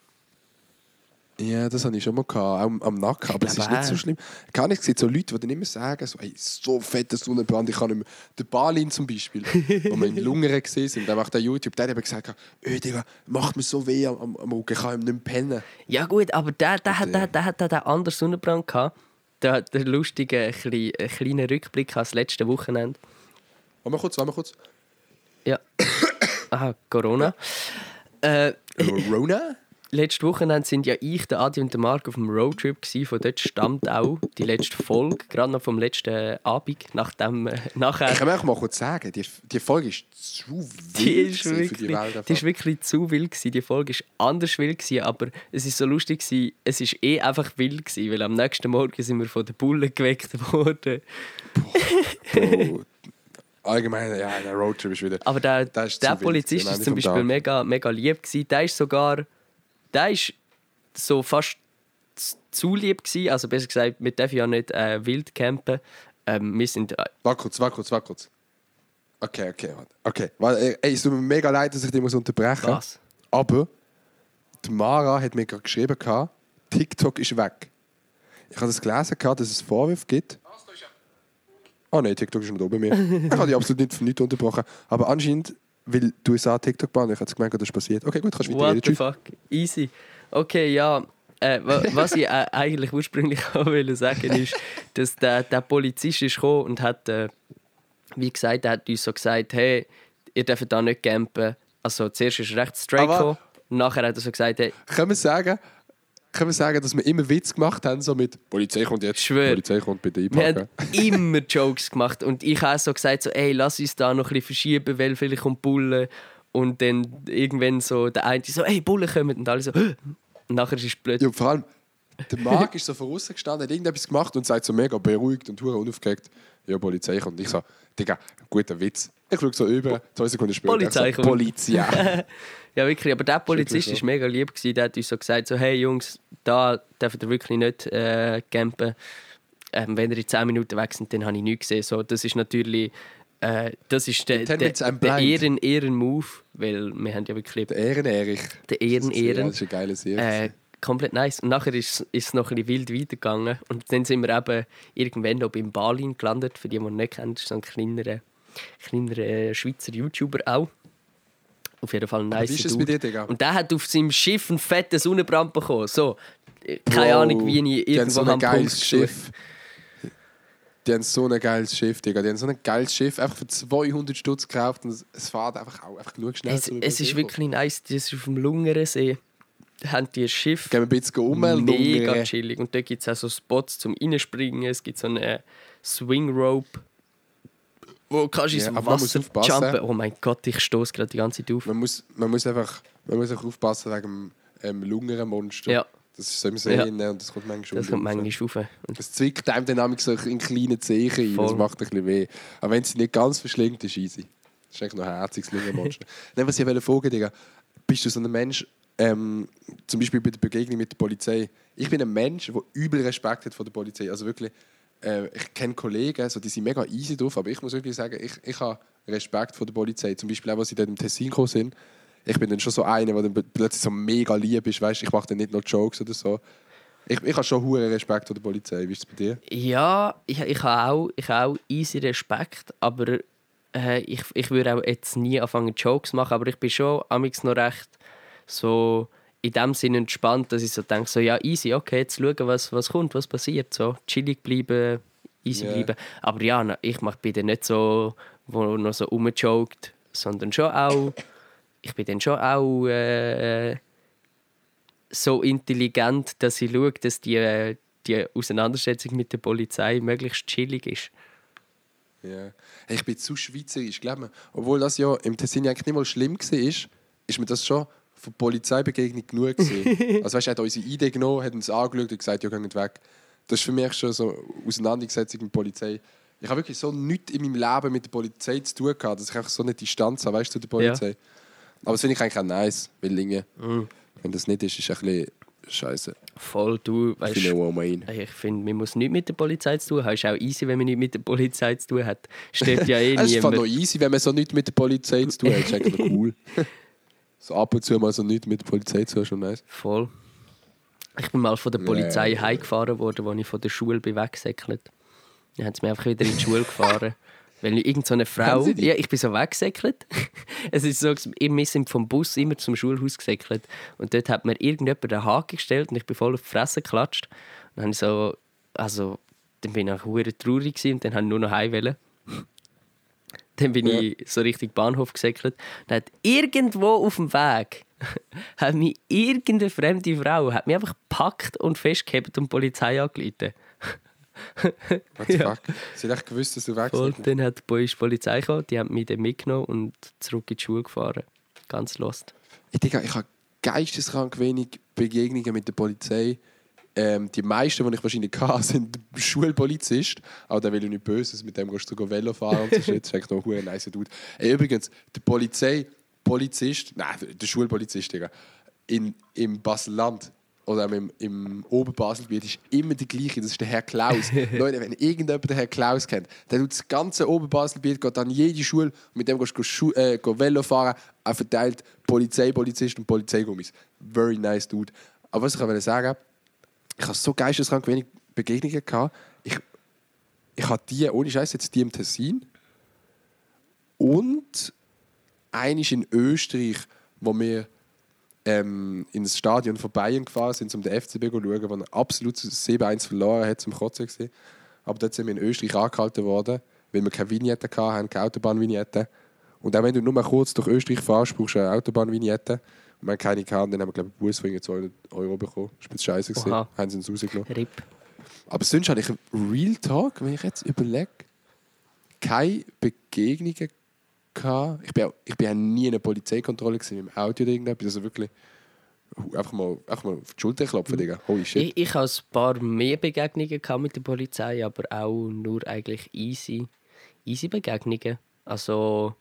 Ja, das hatte ich schon mal gehabt, auch am Nacken, aber es ist nicht so schlimm. Gar nicht gesehen, so Leute, die dann immer sagen, so fetter Sonnenbrand, ich kann nicht mehr. Der Balin zum Beispiel, wo wir in Lungern gesehen sind, der macht YouTube, der hat eben gesagt, Digga, macht mir so weh am Rücken, ich kann ihm nicht mehr pennen. Ja gut, aber der hat einen anderen Sonnenbrand gehabt. Der hat einen lustigen kleinen Rückblick ans letzte Wochenende. Warte mal kurz. Ja. Aha, Corona. Corona? Letzte Wochenende sind ja ich, der Adi und der Marc auf dem Roadtrip gewesen. Von dort stammt auch die letzte Folge, gerade noch vom letzten Abend, nachher. Ich kann mir auch mal kurz sagen, die Folge ist zu wild für die Welt. Die ist wirklich zu wild gewesen. Die Folge war anders wild gewesen, aber es ist so lustig gewesen. Es war einfach wild gewesen, weil am nächsten Morgen sind wir von den Bullen geweckt worden. Boah. Allgemein, ja, der Roadtrip ist wieder. Aber der Polizist war zum Beispiel mega, mega lieb gewesen. Der ist so fast zu lieb gewesen. Also besser gesagt, wir dürfen ja nicht wild campen. Wir sind... Warte kurz. Okay. Es tut mir mega leid, dass ich dich unterbrechen muss. Was? Aber die Mara hat mir gerade geschrieben, TikTok ist weg. Ich habe das gelesen, dass es Vorwürfe gibt. Ah nein, TikTok ist nicht oben bei mir. Ich habe die absolut nicht unterbrochen. Aber anscheinend, weil du USA TikTok bauen, ich habe gemerkt, dass das passiert. Okay, gut, kannst du weiterreden. What the fuck? Easy. Okay, ja. Was ich eigentlich ursprünglich wollte sagen, ist, dass der Polizist ist gekommen und hat, wie gesagt, er hat uns so gesagt, hey, ihr dürft da nicht campen. Also zuerst ist er recht straight gekommen, und nachher hat er so gesagt, hey, Können wir sagen, dass wir immer Witz gemacht haben, so mit «Polizei kommt jetzt, Schwör. Polizei kommt bitte wir einpacken». haben immer Jokes gemacht und ich habe so gesagt, so, ey, lass uns da noch ein bisschen verschieben, weil vielleicht kommt Bulle. Und dann irgendwann so der eine so, ey, Bulle kommen und alle so, «Hä?» Und nachher ist es blöd. Ja, vor allem, der Marc ist so voraus gestanden, hat irgendetwas gemacht und sagt so mega beruhigt und unaufgeregt, «Ja, Polizei kommt.» Und ich so, «Digga, guter Witz.» Ich schaue so über, 2 Sekunden später. Polizei so, kommt. Polizia. Ja, wirklich, aber der Polizist war mega lieb. Der hat uns so gesagt, so, hey Jungs, da dürft ihr wirklich nicht campen. Wenn ihr in 10 Minuten weg sind, dann habe ich nichts gesehen. So, das ist natürlich das ist der Ehren-Move, weil wir haben ja wirklich... Der Ehren-Erich. Der Ehren. Das ist ein geiler Serie. Komplett nice. Und nachher ist es noch ein bisschen wild weitergegangen. Und dann sind wir eben irgendwann noch beim Balin gelandet. Für die, die ihn nicht kennen, das ist so ein kleinerer Schweizer YouTuber auch. Auf jeden Fall ein nice Wie ist es bei dir, Digga? Und der hat auf seinem Schiff einen fetten Sonnenbrand bekommen. So, keine Ahnung, wie ich irgendwo am Punkt geiles Schiff. Die haben so ein geiles Schiff, Digga. Die haben so ein geiles Schiff einfach für 200 Stutz gekauft und es fährt einfach genug schnell. Es ist wirklich nice. Das ist auf dem Lungersee. Da haben die ein Schiff. Gehen wir ein bisschen mega chillig. Und da gibt es auch so Spots zum Reinspringen. Es gibt so eine Swing Rope, wo kannst du ins Wasser jumpen. Oh mein Gott, ich stoße gerade die ganze Zeit auf. Man muss einfach aufpassen wegen dem Lungenmonster. Ja. Das ist so im See und das kommt manchmal rauf. Es zwickt einem dann so in kleine Zehen rein. Das macht ein bisschen weh. Aber wenn es nicht ganz verschlingt, ist easy. Das ist eigentlich noch ein herziges Lungenmonster. Nein, was ich fragen wollte, Digga, bist du so ein Mensch, zum Beispiel bei der Begegnung mit der Polizei? Ich bin ein Mensch, der übel Respekt hat vor der Polizei. Also wirklich, ich kenne Kollegen, also die sind mega easy drauf, aber ich muss wirklich sagen, ich habe Respekt vor der Polizei. Zum Beispiel auch, als sie dort im Tessin gekommen sind. Ich bin dann schon so einer, der dann plötzlich so mega lieb ist. Weißt? Ich mache dann nicht noch Jokes oder so. Ich habe schon hohen Respekt vor der Polizei. Wie ist es bei dir? Ja, ich habe auch easy Respekt, aber ich würde auch jetzt nie anfangen Jokes machen, aber ich bin schon amigs noch recht so in dem Sinne entspannt, dass ich so denke, so, ja easy, okay, jetzt schauen, was kommt, was passiert, so chillig bleiben, easy bleiben. Aber ja, ich bin dann nicht so, wo noch so rumjoked, sondern schon auch, ich bin dann schon auch so intelligent, dass ich schaue, dass die Auseinandersetzung mit der Polizei möglichst chillig ist. Ja. Hey, ich bin zu schweizerisch, glaub mir. Obwohl das ja im Tessin eigentlich nicht mal schlimm war, ist mir das schon von Polizeibegegnung genug gewesen. Also weißt, er hat unsere Idee genommen, hat uns angeschaut und gesagt, ja, geh nicht weg. Das ist für mich schon so eine Auseinandersetzung mit der Polizei. Ich habe wirklich so nichts in meinem Leben mit der Polizei zu tun gehabt, dass ich einfach so eine Distanz habe, weißt du, zu der Polizei. Ja. Aber das finde ich eigentlich auch nice, weil wenn das nicht ist, ist es ein bisschen scheiße. Voll, du weißt. Ich finde, man muss nichts mit der Polizei zu tun haben. Es ist auch easy, wenn man nichts mit der Polizei zu tun hat. Steht ja eh niemand. Es ist noch easy, wenn man so nichts mit der Polizei zu tun hat. Das ist eigentlich noch cool. So ab und zu mal so nichts mit der Polizei zu haben, schon nice. Voll. Ich bin mal von der Polizei heimgefahren worden, als ich von der Schule bin weggesäckelt. Dann haben sie mich einfach wieder in die Schule gefahren. Weil irgend so eine Frau... Ja, ich bin so weggesäckelt. Es ist so, wir sind vom Bus immer zum Schulhaus gesäckelt. Und dort hat mir irgendjemand einen Haken gestellt und ich bin voll auf die Fresse geklatscht. Und dann habe ich so... Also, dann bin ich auch verdammt traurig gewesen und dann habe ich nur noch heim wollen. Dann bin ich so Richtung Bahnhof gesäckelt. Dann hat irgendwo auf dem Weg hat mich irgendeine fremde Frau hat mich einfach gepackt und festgehalten und die Polizei angerufen. What the fuck? Sie hat echt gewusst, dass du weg bist. Und dann hat die Polizei gekommen, die haben mich dann mitgenommen und zurück in die Schule gefahren. Ganz lost. Ich habe geisteskrank wenig Begegnungen mit der Polizei. Die meisten, die ich wahrscheinlich hatte, sind Schulpolizist. Aber der will ja nicht Böses, mit dem gehst du Velo fahren und so. Das ist eigentlich noch ein nice Dude. Übrigens, der Polizist, nein, der Schulpolizist, Digga, im Basel-Land oder im Oberbaselgebiet ist immer der gleiche, das ist der Herr Klaus. Leute, wenn irgendjemand den Herr Klaus kennt, der tut das ganze Oberbaselgebiet, geht an jede Schule und mit dem gehst du Velo fahren, er verteilt Polizist und Polizeigummis. Very nice Dude. Aber was ich sagen wollte, ich habe so geisteskrank wenig Begegnungen gehabt. Ich hatte die, ohne Scheiß, jetzt die im Tessin. Und eine ist in Österreich, wo wir ins Stadion vorbei gefahren sind, um den FCB zu schauen, wo er absolut 7-1 verloren hat, zum Kotzen gesehen. Aber dort sind wir in Österreich angehalten worden, weil wir keine Vignette hatten, keine Autobahnvignette. Und auch wenn du nur mal kurz durch Österreich fährst, brauchst du eine Autobahnvignette. Und wir haben keine gehabt, dann haben wir, glaube ich, einen Bus von 200 € bekommen. Das war scheiße. Haben sie uns rausgenommen. RIP. Aber sonst hatte ich Real Talk, wenn ich jetzt überlege, keine Begegnungen gehabt. Ich bin auch nie in einer Polizeikontrolle mit dem Auto oder irgendetwas. Also wirklich einfach mal auf die Schulter klopfen, Digga. Holy shit. Ich hatte ein paar mehr Begegnungen mit der Polizei, aber auch nur eigentlich easy Begegnungen. Also,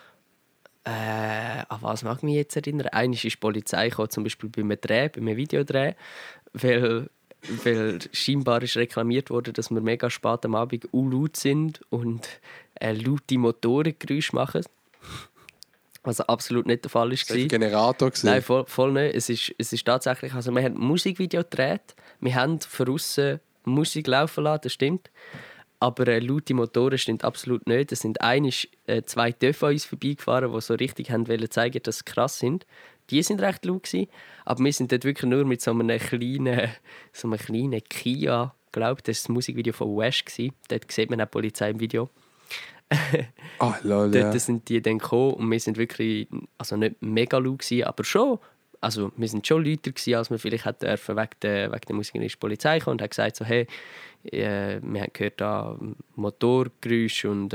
an was mag ich mich jetzt erinnern? Einmal ist die Polizei gekommen, zum Beispiel bei einem Videodreh, weil scheinbar ist reklamiert wurde, dass wir mega spät am Abend laut sind und laute Motorengeräusche machen. Was absolut nicht der Fall war. Das war ein Generator. Nein, voll nicht. Es ist tatsächlich, also wir haben ein Musikvideo gedreht, wir haben von aussen Musik laufen lassen, das stimmt. Aber laute Motoren stimmt absolut nicht. Es sind zwei Töpfe an uns vorbeigefahren, die so richtig wollten zeigen, dass sie krass sind. Die waren recht laut gewesen, aber wir sind dort wirklich nur mit so einem kleinen Kia, glaube ich, das war das Musikvideo von Wesh. Dort sieht man auch die Polizei im Video. Lol, ja. Dort sind die dann gekommen und wir sind wirklich, also nicht mega laut gewesen, aber schon, also wir sind schon lauter gewesen, als wir vielleicht hätten dürfen, wegen der Musik. Dann ist die Polizei gekommen und hat gesagt so, hey, wir haben gehört da Motorgeräusche und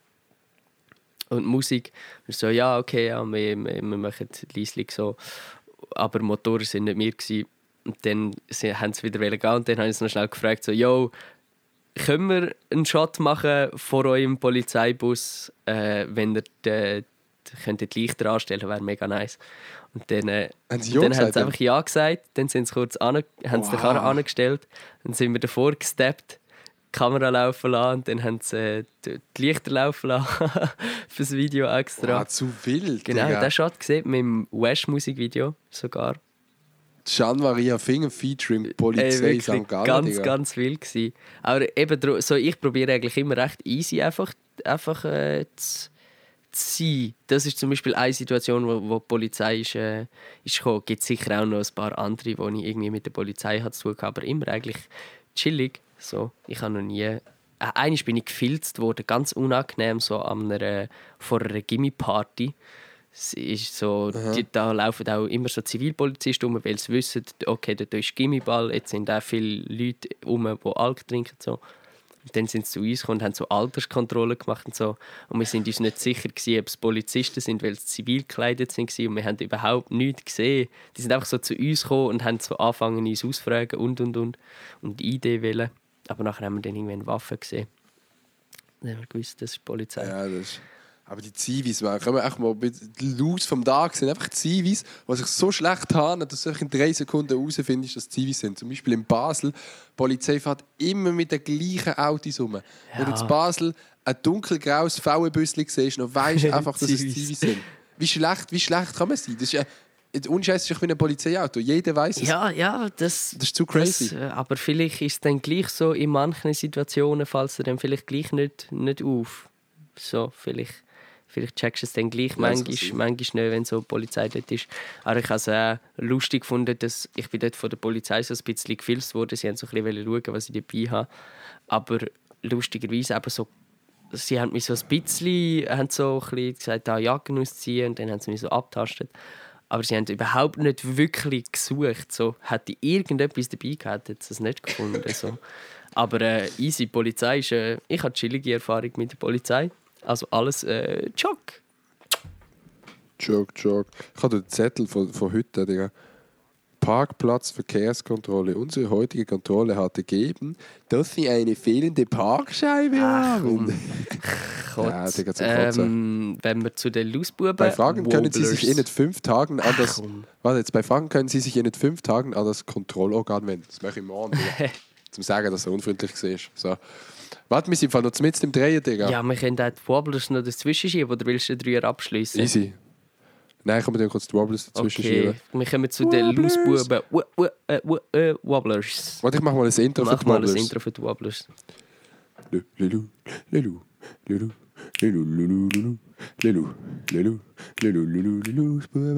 Musik. Und so, ja, okay, ja, wir machen leislich so. Aber Motoren sind nicht wir gewesen. Und dann haben sie wieder gehen und dann habe ich noch schnell gefragt, so, yo, können wir einen Shot machen vor eurem Polizeibus, wenn ihr die Lichter anstellen, wäre mega nice. Und dann haben sie einfach ja gesagt, dann sind sie kurz haben sie die Karre angestellt, dann sind wir davor gesteppt, die Kamera laufen lassen und dann haben sie die Lichter laufen lassen für das Video extra. Wow, zu wild, genau, Digga. den Shot gesehen mit dem Wesh-Musikvideo sogar. Gian Maria Finger featuring Polizei St. Gallen. Ganz, ganz wild gewesen. Aber eben, so, ich probiere eigentlich immer recht easy einfach zu sein. Das ist zum Beispiel eine Situation, wo die Polizei ist gekommen. Es gibt sicher auch noch ein paar andere, wo ich irgendwie mit der Polizei zu tun habe, aber immer eigentlich chillig. So, ich habe noch nie... Einmal bin ich gefilzt worden, ganz unangenehm, so vor einer Gimmi-Party. Es ist so, da laufen auch immer so Zivilpolizisten rum, weil sie wissen, okay, dort ist Gimmiball, jetzt sind auch viele Leute rum, die Alk trinken. So. Und dann sind sie zu uns gekommen und haben so Alterskontrollen gemacht und so. Und wir sind uns nicht sicher gewesen, ob es Polizisten sind, weil sie zivil gekleidet waren und wir haben überhaupt nichts gesehen. Die sind einfach so zu uns gekommen und haben so angefangen, uns ausfragen und die Idee wählen. Aber nachher haben wir dann irgendwie eine Waffe gesehen. Dann haben wir gewusst, das ist die Polizei. Ja, das ist... Aber die Zivis, man, können wir echt mal die Laus vom Tag sind einfach Zivis, die sich so schlecht haben, dass du in 3 Sekunden herausfindest, dass Zivis sind. Zum Beispiel in Basel, die Polizei fährt immer mit den gleichen Autos rum. Ja. Wenn du in Basel ein dunkelgraues VW-Büsschen siehst, dann weisst du einfach, dass es Zivis sind. Wie schlecht kann man sein? Das ist unscheiße ist wie ein Polizeiauto. Jeder weiß es. Ja, das ist zu crazy. Aber vielleicht ist es dann gleich so, in manchen Situationen fällt es dann vielleicht gleich nicht auf. So, vielleicht checkst du es dann gleich, manchmal nicht, wenn so die Polizei dort ist. Aber ich habe es auch lustig gefunden, dass ich bin dort von der Polizei so ein bisschen gefilzt wurde. Sie wollten so ein bisschen schauen, was ich dabei habe. Aber lustigerweise aber so, sie haben mich so ein bisschen gesagt, Jacken ausziehen und dann haben sie mich so abgetastet. Aber sie haben überhaupt nicht wirklich gesucht. So, hätte ich irgendetwas dabei gehabt, hätte sie es nicht gefunden. So. Aber easy, Polizei ist... ich habe chillige Erfahrung mit der Polizei. Also alles Joke. Joke. Ich habe den Zettel von heute, Digga. Parkplatzverkehrskontrolle. Unsere heutige Kontrolle hat ergeben, dass Sie eine fehlende Parkscheibe haben. Ja, Digga, zum Kotzen. Wenn wir zu den Lausbuben... Bei Fragen können Sie sich in 5 Tagen an das... bei Fragen können Sie sich in 5 Tagen an das Kontrollorgan wenden. Das mache ich morgen, zum sagen, dass er unfreundlich war. So. Warte, wir sind noch mitten im Drehen, Digga. Ja, wir können auch die Wobblers noch dazwischen schieben, oder willst du den 3er abschließen? Easy. Nein, ich kann mir dann kurz die Wobblers dazwischen schieben. Wir kommen zu den Loose-Buben. Wobblers. Warte, ich mach mal ein Intro für die Mach mal ein Wobblers. Intro für die Wobblers. Lelu, lelu, lelu, lelu, lelu, lelu, lelu, lelu, lelu, lelu, lelu,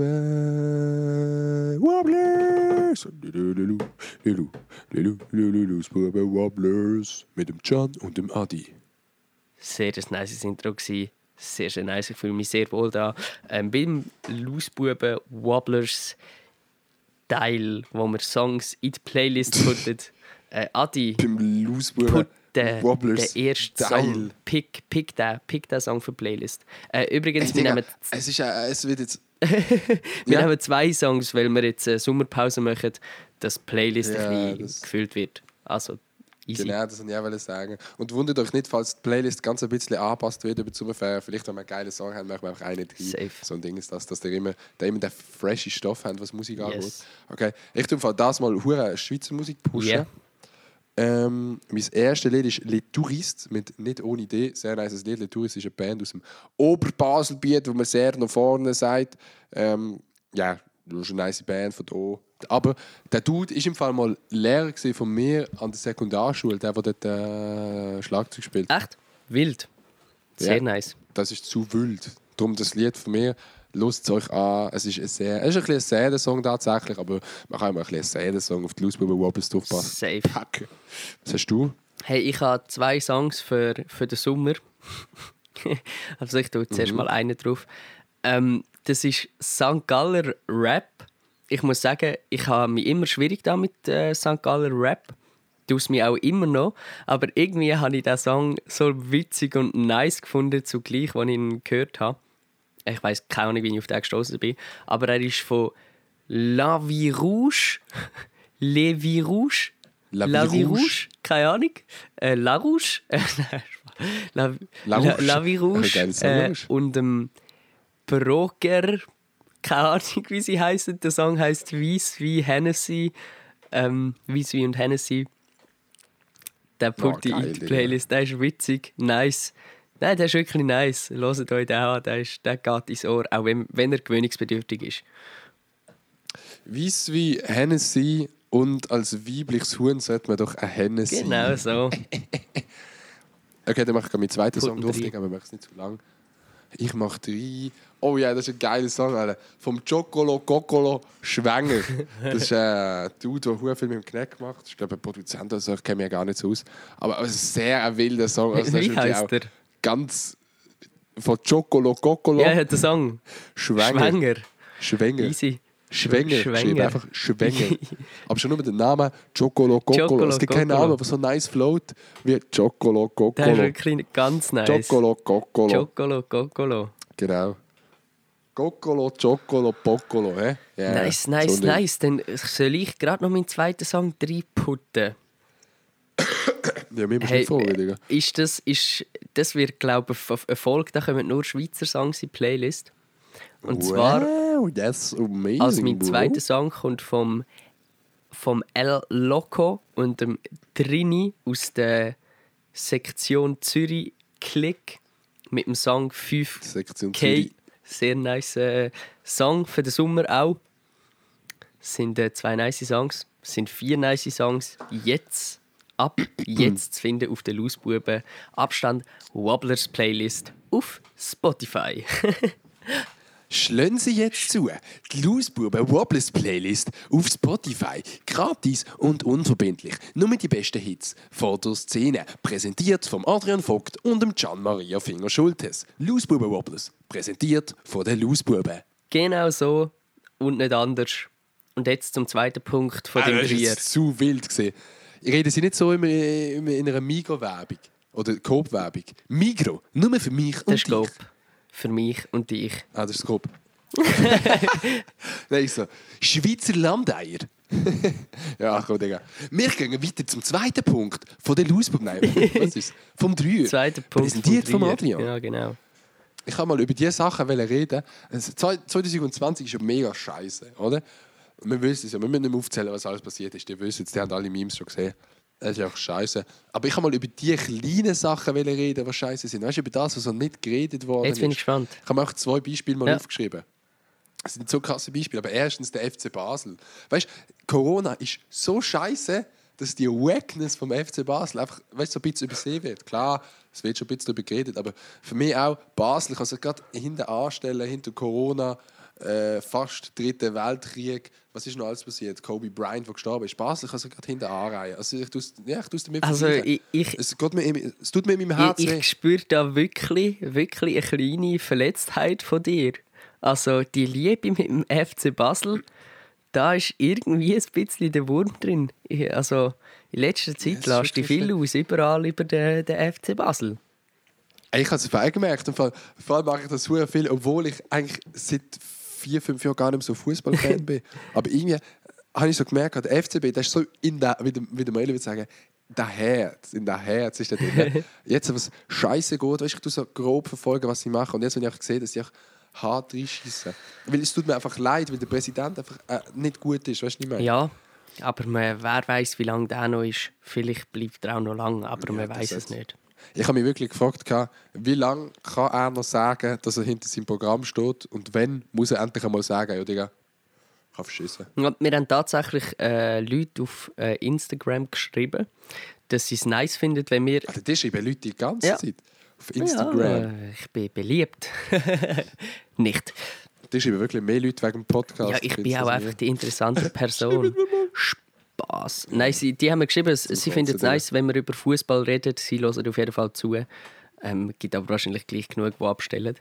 Spube, Wobblers. Lelu, lelu, lelu, lelu, lelu, Spube, Wobblers. Mit dem Can und dem Adi. Sehr ein nice Intro gewesen. Sehr, sehr nice. Ich fühle mich sehr wohl da. Beim Loose-Buben Wobblers Teil, wo wir Songs in die Playlist putten. Adi, Beim Loosbuben put den Wobblers ersten Teil. Song. Pick den Song für die Playlist. Übrigens, wir Digga, nehmen es wird jetzt... wir Ja. nehmen 2 Songs, weil wir jetzt eine Sommerpause machen, dass die Playlist Ja, ein bisschen das- gefüllt wird. Also, easy. Genau, das wollte ich auch sagen. Und wundert euch nicht, falls die Playlist ganz ein bisschen angepasst wird über die Sommerferien. Vielleicht, wenn wir einen geilen Song haben, machen wir einfach einen drin. Safe. So ein Ding ist das, dass ihr immer den freshen Stoff habt, was Musik angeht. Yes. Okay, ich tue das mal hure Schweizer Musik pushen. Yeah. Mein erstes Lied ist «Les Touristes» mit «Nicht ohne Idee». Sehr nice Lied. «Les Touristes» ist eine Band aus dem Oberbaselbiet, wo man sehr nach vorne sagt. Ja, das ist eine nice Band von hier. Aber der Dude war im Fall mal Lehrer von mir an der Sekundarschule, der dort Schlagzeug spielt. Echt? Wild. Sehr Ja. nice. Das ist zu wild. Darum das Lied von mir, hört es euch an. Es ist ein bisschen ein säder Song tatsächlich, aber man kann immer ein bisschen säder Song auf die Loosbuben Wobblers draufpassen. Safe. Packen. Was hast du? Hey, ich habe 2 Songs für den Sommer. Also ich tue zuerst mal einen drauf. Das ist St. Galler Rap. Ich muss sagen, ich habe mich immer schwierig da mit St. Galler Rap. Tue es mir auch immer noch. Aber irgendwie habe ich diesen Song so witzig und nice gefunden, zugleich, als ich ihn gehört habe. Ich weiss keine Ahnung, wie ich auf den gestoßen bin. Aber er ist von La Vie Rouge. Le Vie Rouge. La Vie Rouge. Keine Ahnung. La Rouge. La Vie Rouge. Geiles Song, Rouge. Und dem Broker. Keine Ahnung, wie sie heißen. Der Song heisst Weiss wie Hennessy. Weiss wie und Hennessy. Der put die geil, in die Digga. Playlist. Der ist witzig, nice. Nein, der ist wirklich nice. Hört euch den an. Der geht ins Ohr, auch wenn er gewöhnungsbedürftig ist. Weiss wie Hennessy und als weibliches Huhn sollte man doch ein Henne sein. Genau so. Okay, dann mache ich meinen zweiten Song Put drauf, ihn rein. aber ich mache es nicht zu lang. Ich mache 3. Oh ja, das ist ein geiler Song, Alter. Vom Chocolo Cocolo Schwänger. Das ist ein Dude, der sehr viel mit dem Kneck macht. Ich glaube, ein Produzent oder so, ich kenne mich ja gar nicht so aus. Aber es ist sehr ein wilder Song. Also, das ist Wie wirklich heisst auch der? Ganz von Chocolo Cocolo Ja, der Song. Schwänger. Schwanger. Schwänger. Easy. Schwänger. Schwänger. Schreib einfach Schwänger. Aber schon nur mit dem Namen Chocolo Cocolo. Chocolo Es gibt keinen Cocolo. Namen, aber so nice float wie Chocolo Der ist Cocolo. wirklich ganz nice. Chocolo Cocolo. Chocolo, Cocolo. Genau. Cocolo, Chocolo, Poccolo, hä? Yeah, Nice, nice, so ein Ding. nice. Dann soll ich gerade noch meinen zweiten Song reinputten. Ja, mir bist du Hey, nicht vor, Digga. das wird, glaube ich, eine Folge, da kommen nur Schweizer Songs in die Playlist. Und zwar, Wow, that's amazing, als mein bro. zweiter Song kommt vom El Loco und dem Trini aus der Sektion Zürich Klick mit dem Song 5K. Sektion Zürich. Sehr nice Song für den Sommer auch. Es sind 2 nice Songs. Es sind 4 nice Songs. Ab jetzt zu finden auf der Loosbuben Abstand Wobblers Playlist auf Spotify. Schlönen Sie jetzt zu. Die Loosbuben Wobblers Playlist auf Spotify. Gratis und unverbindlich. Nur mit die besten Hits von der Szene. Präsentiert vom Adrian Vogt und dem Gian Maria Finger-Schultes. Loosbuben Wobblers. Präsentiert von den Loosbuben. Genau so und nicht anders. Und jetzt zum zweiten Punkt von dem Das ist Trier. jetzt zu wild gesehen. Reden Sie nicht so immer in einer Migros-Werbung oder Coop-Werbung. Migros, nur für mich und Das ist dich. Coop. Für mich und dich. Ah, das ist Coop. Nein, ich so, Schweizer Landeier. Ja, komm, Digga. Wir gehen weiter zum zweiten Punkt von der Loosbuben. Nein, was ist Vom 3. Zweiter Punkt Präsentiert vom Trier. Adrian. Ja, genau. Ich kann mal über diese Sachen reden. Also 2020 ist ja mega scheiße, oder? Wir wissen es ja, wir müssen nicht mehr aufzählen, was alles passiert ist. Die wissen es, die haben alle Memes schon gesehen. Das ist einfach scheiße. Aber ich kann mal über die kleinen Sachen reden, die scheiße sind. Weißt du, über das, was noch nicht geredet worden Jetzt bin ich ist. gespannt. Ich habe mir auch 2 Beispiele mal Ja. aufgeschrieben. Das sind so krasse Beispiele. Aber erstens der FC Basel. Weißt du, Corona ist so scheiße, dass die Wackness vom FC Basel einfach, weißt, so ein bisschen übersehen wird. Klar, es wird schon ein bisschen darüber geredet, aber für mich auch Basel, ich kann sich gerade hinten anstellen, hinter Corona, fast Dritten Weltkrieg. Was ist noch alles passiert? Kobe Bryant, der gestorben ist. Basel kann sich gerade hinten anreihen. Also ich tue es damit es tut mir in meinem Herzen weh. Ich spüre da wirklich eine kleine Verletztheit von dir. Also die Liebe mit dem FC Basel, da ist irgendwie ein bisschen der Wurm drin. Also in letzter Zeit lässt du viel aus, überall über den FC Basel. Ich habe es vorher gemerkt. Vor allem mache ich das sehr viel, obwohl ich eigentlich seit 4-5 Jahren gar nicht mehr so Fußballfan bin. Aber irgendwie habe ich so gemerkt, der FCB, der ist so in der, wie der Mail würde sagen, in der Herz ist der drin. Jetzt, was Scheiße geht, weißt, ich tue so grob verfolgen, was sie machen. Und jetzt, wenn ich sehe, dass sie hart reinschießen. Weil es tut mir einfach leid, weil der Präsident einfach nicht gut ist. Weißt du, nicht mehr? Ja, aber wer weiß, wie lange der noch ist. Vielleicht bleibt er auch noch lange, aber man weiß es nicht. Ich habe mich wirklich gefragt, wie lange kann er noch sagen, dass er hinter seinem Programm steht und wann muss er endlich einmal sagen, ja, Digga, ich kann verschissen. Wir haben tatsächlich Leute auf Instagram geschrieben, dass sie es nice finden, wenn wir... Also die schreiben Leute die ganze Zeit auf Instagram. Ja, ich bin beliebt. Nicht. Die schreiben wirklich mehr Leute wegen dem Podcast. Ja, ich bin auch einfach die interessante Person. Spass. Nein, die haben mir geschrieben, sie finden es nice, wenn wir über Fußball reden. Sie hören auf jeden Fall zu. Gibt aber wahrscheinlich gleich genug, die abstellen.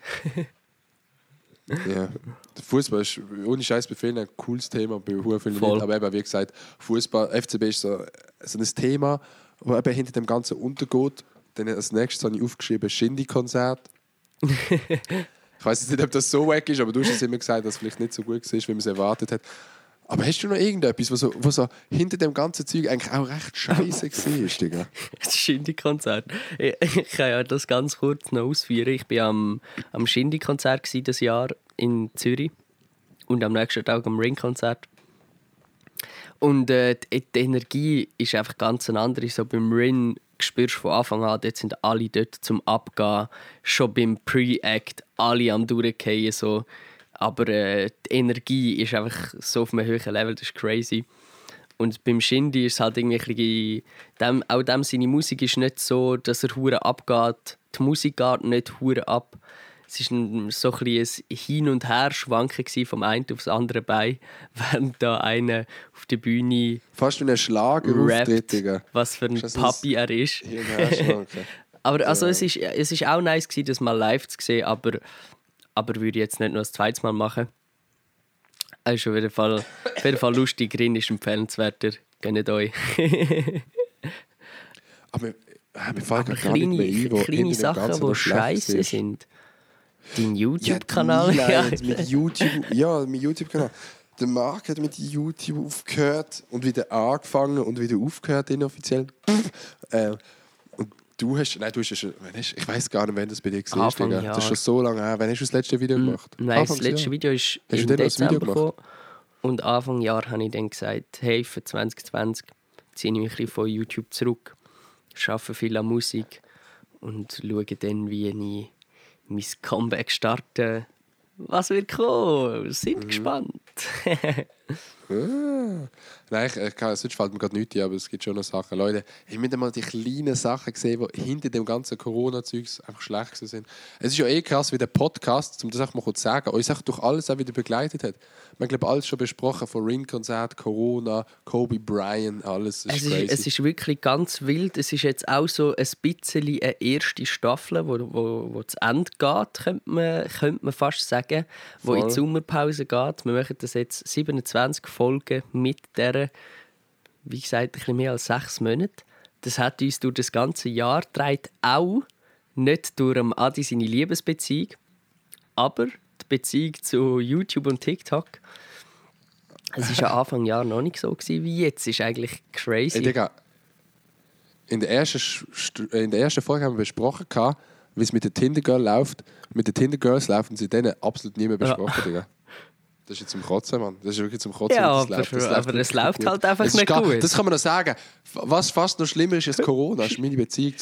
Ja. Der Fußball ist ohne Scheiß bei vielen ein cooles Thema, bei vielen Voll. nicht. Aber eben, wie gesagt, Fußball, FCB ist so ein Thema, das eben hinter dem Ganzen untergeht. Dann als nächstes habe ich aufgeschrieben Shindy-Konzert. Ich weiß nicht, ob das so wack ist, aber du hast es immer gesagt, dass es vielleicht nicht so gut war, wie man es erwartet hat. Aber hast du noch irgendetwas, was so hinter dem ganzen Zeug eigentlich auch recht scheiße war, Digga? Das Shindy-Konzert. Ich kann ja das ganz kurz noch ausführen. Ich war am Shindy-Konzert dieses Jahr in Zürich und am nächsten Tag am Ring-Konzert. Und die Energie ist einfach ganz eine andere. So beim Ring spürst du von Anfang an, dort sind alle dort zum Abgehen. Schon beim Pre-Act alle am Durchgehen. So. Aber die Energie ist einfach so auf einem höheren Level, das ist crazy. Und beim Shindy ist es halt irgendwie auch dem seine Musik ist nicht so, dass er hure abgeht. Die Musik geht nicht hure ab. Es war so ein Hin- und Her-Schwanken vom einen aufs andere Bein, während da einer auf der Bühne fast wie ein Schlagerauftritt, Digga. Was für ein Papi er ist. Hin- und Her-Schwanken. Aber also, es ist auch nice gewesen, das mal live zu sehen, aber würde ich jetzt nicht noch ein zweites Mal machen. Es ist auf jeden Fall lustig, Rin ist empfehlenswerter. Gönnt euch. Aber mir fallen gar kleine, nicht mehr ein, kleine Sachen, die scheiße sind. Dein YouTube-Kanal? Mit YouTube-Kanal. Der Marc hat mit YouTube aufgehört und wieder angefangen und wieder aufgehört inoffiziell. Und du hast ich weiß gar nicht, wann das bei dir gesehen ist. Das ist schon so lange her. Wann hast du das letzte Video gemacht? Nein, das letzte Video ist im Dezember gekommen. Und Anfang Jahr habe ich dann gesagt, hey, für 2020 ziehe ich mich ein bisschen von YouTube zurück, arbeite viel an Musik und schaue dann, wie ich mein Comeback starte. Was wird kommen? Sind gespannt. Nein, sonst fällt mir gerade nichts ein, aber es gibt schon noch Sachen. Leute, ich habe mal die kleinen Sachen gesehen, die hinter dem ganzen Corona-Zeugs einfach schlecht sind. Es ist ja krass, wie der Podcast, um das auch mal kurz zu sagen, uns durch alles auch wieder begleitet hat. Wir haben, glaube ich, alles schon besprochen, von Ring-Konzert, Corona, Kobe Bryant, alles. Es ist wirklich ganz wild. Es ist jetzt auch so ein bisschen eine erste Staffel, wo zu Ende geht, könnte man fast sagen, wo in die Sommerpause geht. Wir machen das jetzt 27 Folgen mit dieser, wie gesagt, ein bisschen mehr als 6 Monate. Das hat uns durch das ganze Jahr getragen, auch nicht durch Adi seine Liebesbeziehung, aber die Beziehung zu YouTube und TikTok. Es war Anfang Jahr noch nicht so wie jetzt. Das ist eigentlich crazy. Hey, Digga, in der ersten Folge haben wir besprochen, wie es mit den Tinder-Girls läuft. Mit den Tinder-Girls laufen sie denen absolut nie mehr besprochen, Digga. Das ist jetzt zum Kotzen, Mann. Das ist wirklich zum Kotzen. Ja, aber es läuft halt einfach nicht gut. Das kann man noch sagen. Was fast noch schlimmer ist als Corona, ist meine Beziehung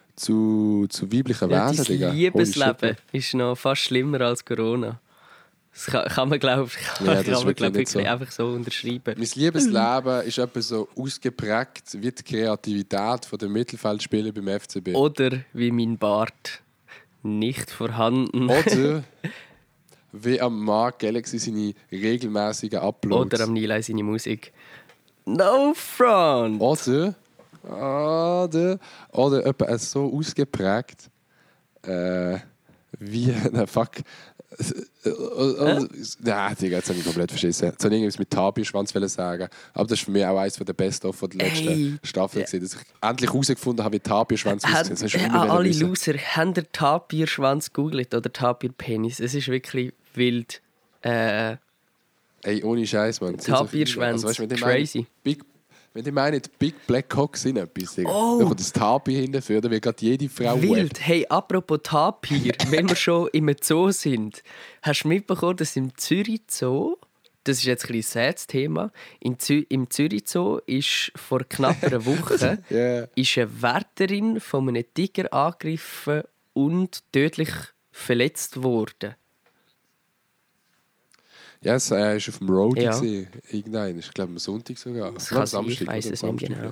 zu weiblichen Wesen, Digga. Das Liebesleben ist noch fast schlimmer als Corona. Das kann man, glaube ich, wirklich einfach so unterschreiben. Mein Liebesleben ist etwa so ausgeprägt wie die Kreativität der Mittelfeldspieler beim FCB. Oder wie mein Bart. Nicht vorhanden. Oder wie am Mark Galaxy seine regelmäßigen Uploads. Oder am Nilay seine Musik. No front! Oder etwa so ausgeprägt wie... Nein, fuck. Nein, Digga, jetzt habe ich komplett verschissen. Jetzt wollte ich irgendwas mit Tapirschwanz sagen. Aber das ist für mich auch eines der Best-of der letzten Staffel, dass ich endlich herausgefunden habe, wie Tapirschwanz aussieht. Alle Loser, haben den Tapirschwanz gegoogelt oder Tapirpenis? Es ist wirklich wild. Ey, ohne Scheiß, Mann. Tapirschwanz, crazy. Wenn die meinen, Big Black Cock sind etwas, dann kommt das Tapir hinterher, dann wird gerade jede Frau wild. Hey, apropos Tapir, wenn wir schon im Zoo sind, hast du mitbekommen, dass im Zürich Zoo, das ist jetzt ein bisschen das Thema, im Zürich Zoo ist vor knapp einer Woche ist eine Wärterin von einem Tiger angegriffen und tödlich verletzt worden. Ja, es war auf dem Road. Irgendein. Ich glaube, am Sonntag sogar. Das kann sein, ich weiss es nicht genau.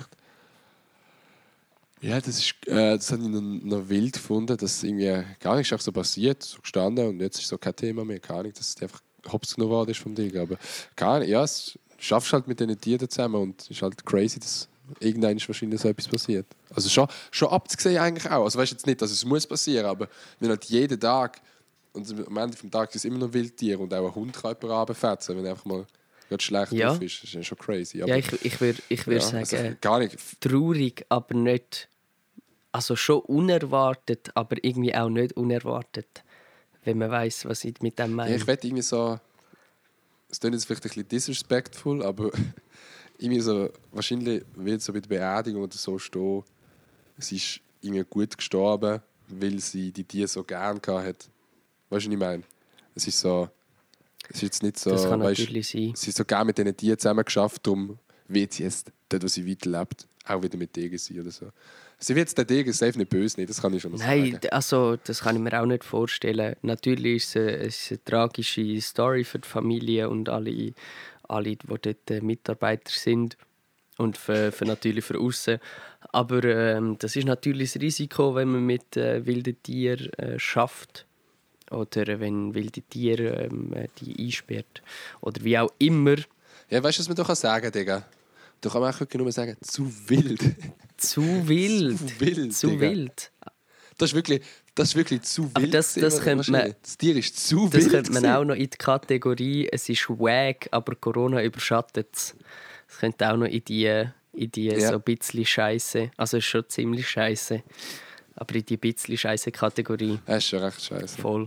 Ja, das habe ich noch wild gefunden, dass irgendwie gar nicht so passiert, so gestanden und jetzt ist so kein Thema mehr. Gar nicht, dass es einfach hops genommen worden ist vom Ding. Aber gar nicht, ja, es schaffst halt mit diesen Tieren zusammen und es ist halt crazy, dass irgendwann wahrscheinlich so etwas passiert. Also schon abzusehen eigentlich auch. Also weißt du jetzt nicht, dass es muss passieren, aber wenn halt jeden Tag. Und am Ende des Tages ist es immer noch Wildtier und auch ein Hund kann jemanden runterfetzen, wenn er einfach mal schlecht drauf ist. Das ist ja schon crazy. Aber, ich würde sagen, also gar nicht. Traurig, aber nicht... Also schon unerwartet, aber irgendwie auch nicht unerwartet. Wenn man weiss, was ich mit dem meine. Ja, ich wette irgendwie so... Es klingt jetzt vielleicht ein bisschen disrespectful, aber irgendwie so... Wahrscheinlich wird es so bei der Beerdigung oder so stehen, sie ist irgendwie gut gestorben, weil sie die Tiere so gerne hatte. Weißt du, was ich meine? Es ist so. Es ist jetzt nicht so. Das kann weißt, natürlich sein. Sie ist so gerne mit diesen Tieren zusammen geschafft, darum wird sie jetzt, dort, wo sie weiterlebt, auch wieder mit Degen sein oder so. Sie wird jetzt den Degen safe nicht böse nehmen, das kann ich schon mal sagen. Nein, also, das kann ich mir auch nicht vorstellen. Natürlich ist es eine tragische Story für die Familie und alle die dort Mitarbeiter sind. Und natürlich für aussen. Aber das ist natürlich das Risiko, wenn man mit wilden Tieren schafft. Oder wenn wilde Tiere die einsperrt. Oder wie auch immer. Ja, weißt du, was man doch sagen kann, Digga? Da kann man auch nur sagen, zu wild. Zu wild. Zu wild. Das ist wirklich zu wild. Aber das Tier ist zu wild. Das könnte man auch noch in die Kategorie, es ist wack, aber Corona überschattet es. Das könnte auch noch in die so ein bisschen Scheiße. Also es ist schon ziemlich Scheiße. Aber in die bisschen Scheiße Kategorie. Das ist schon recht scheiße. Voll.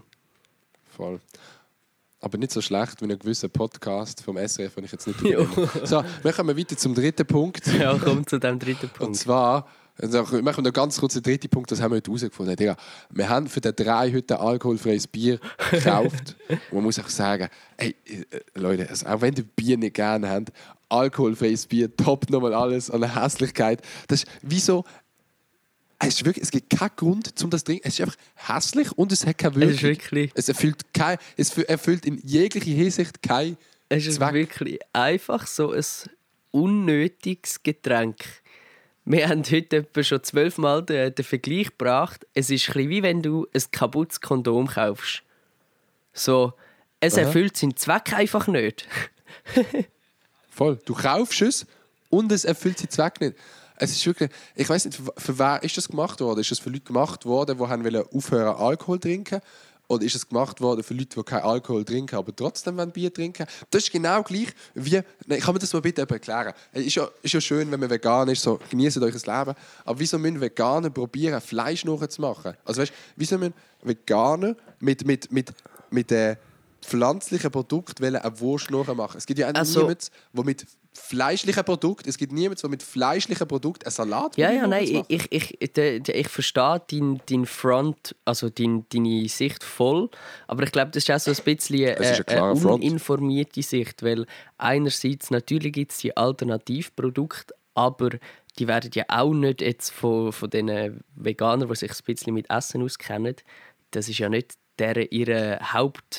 Aber nicht so schlecht wie ein gewisser Podcast vom SRF, den ich jetzt nicht übernehme. So, wir kommen weiter zum dritten Punkt. Ja, komm zu dem dritten Punkt. Und zwar, wir machen noch ganz kurz den dritten Punkt, das haben wir heute herausgefunden. Digga, wir haben für den 3 heute alkoholfreies Bier gekauft. Und man muss auch sagen, ey, Leute, also auch wenn ihr Bier nicht gerne habt, alkoholfreies Bier toppt nochmal alles an der Hässlichkeit. Das ist wie so... Es gibt keinen Grund, um das zu trinken. Es ist einfach hässlich und es hat keine Wirkung. Es erfüllt in jeglicher Hinsicht keinen Es ist Zweck. wirklich einfach so ein unnötiges Getränk. Wir haben heute etwa schon 12 Mal den Vergleich gebracht. Es ist ein bisschen wie wenn du ein kaputtes Kondom kaufst. So, es erfüllt seinen Zweck einfach nicht. Voll. Du kaufst es und es erfüllt seinen Zweck nicht. Es ist wirklich, ich weiß nicht, für wer ist das gemacht worden? Ist das für Leute gemacht worden, die aufhören Alkohol zu trinken? Oder ist es gemacht worden für Leute, die keinen Alkohol trinken, aber trotzdem Bier trinken? Das ist genau gleich wie... Nein, kann mir das mal bitte erklären? Es ist ja schön, wenn man vegan ist, so genießt euch das Leben. Aber wieso müssen Veganer probieren, Fleisch nachzumachen? Also weißt, wieso müssen Veganer mit pflanzlichen Produkten eine Wurst nachmachen? Es gibt ja niemanden, der mit fleischlichen Produkten, einen Salat nein, ich verstehe deinen Front, also deine Sicht voll, aber ich glaube, das ist auch so ein bisschen eine uninformierte Sicht, weil einerseits natürlich gibt es die Alternativprodukte, aber die werden ja auch nicht jetzt von den Veganern, die sich ein bisschen mit Essen auskennen, das ist ja nicht ihre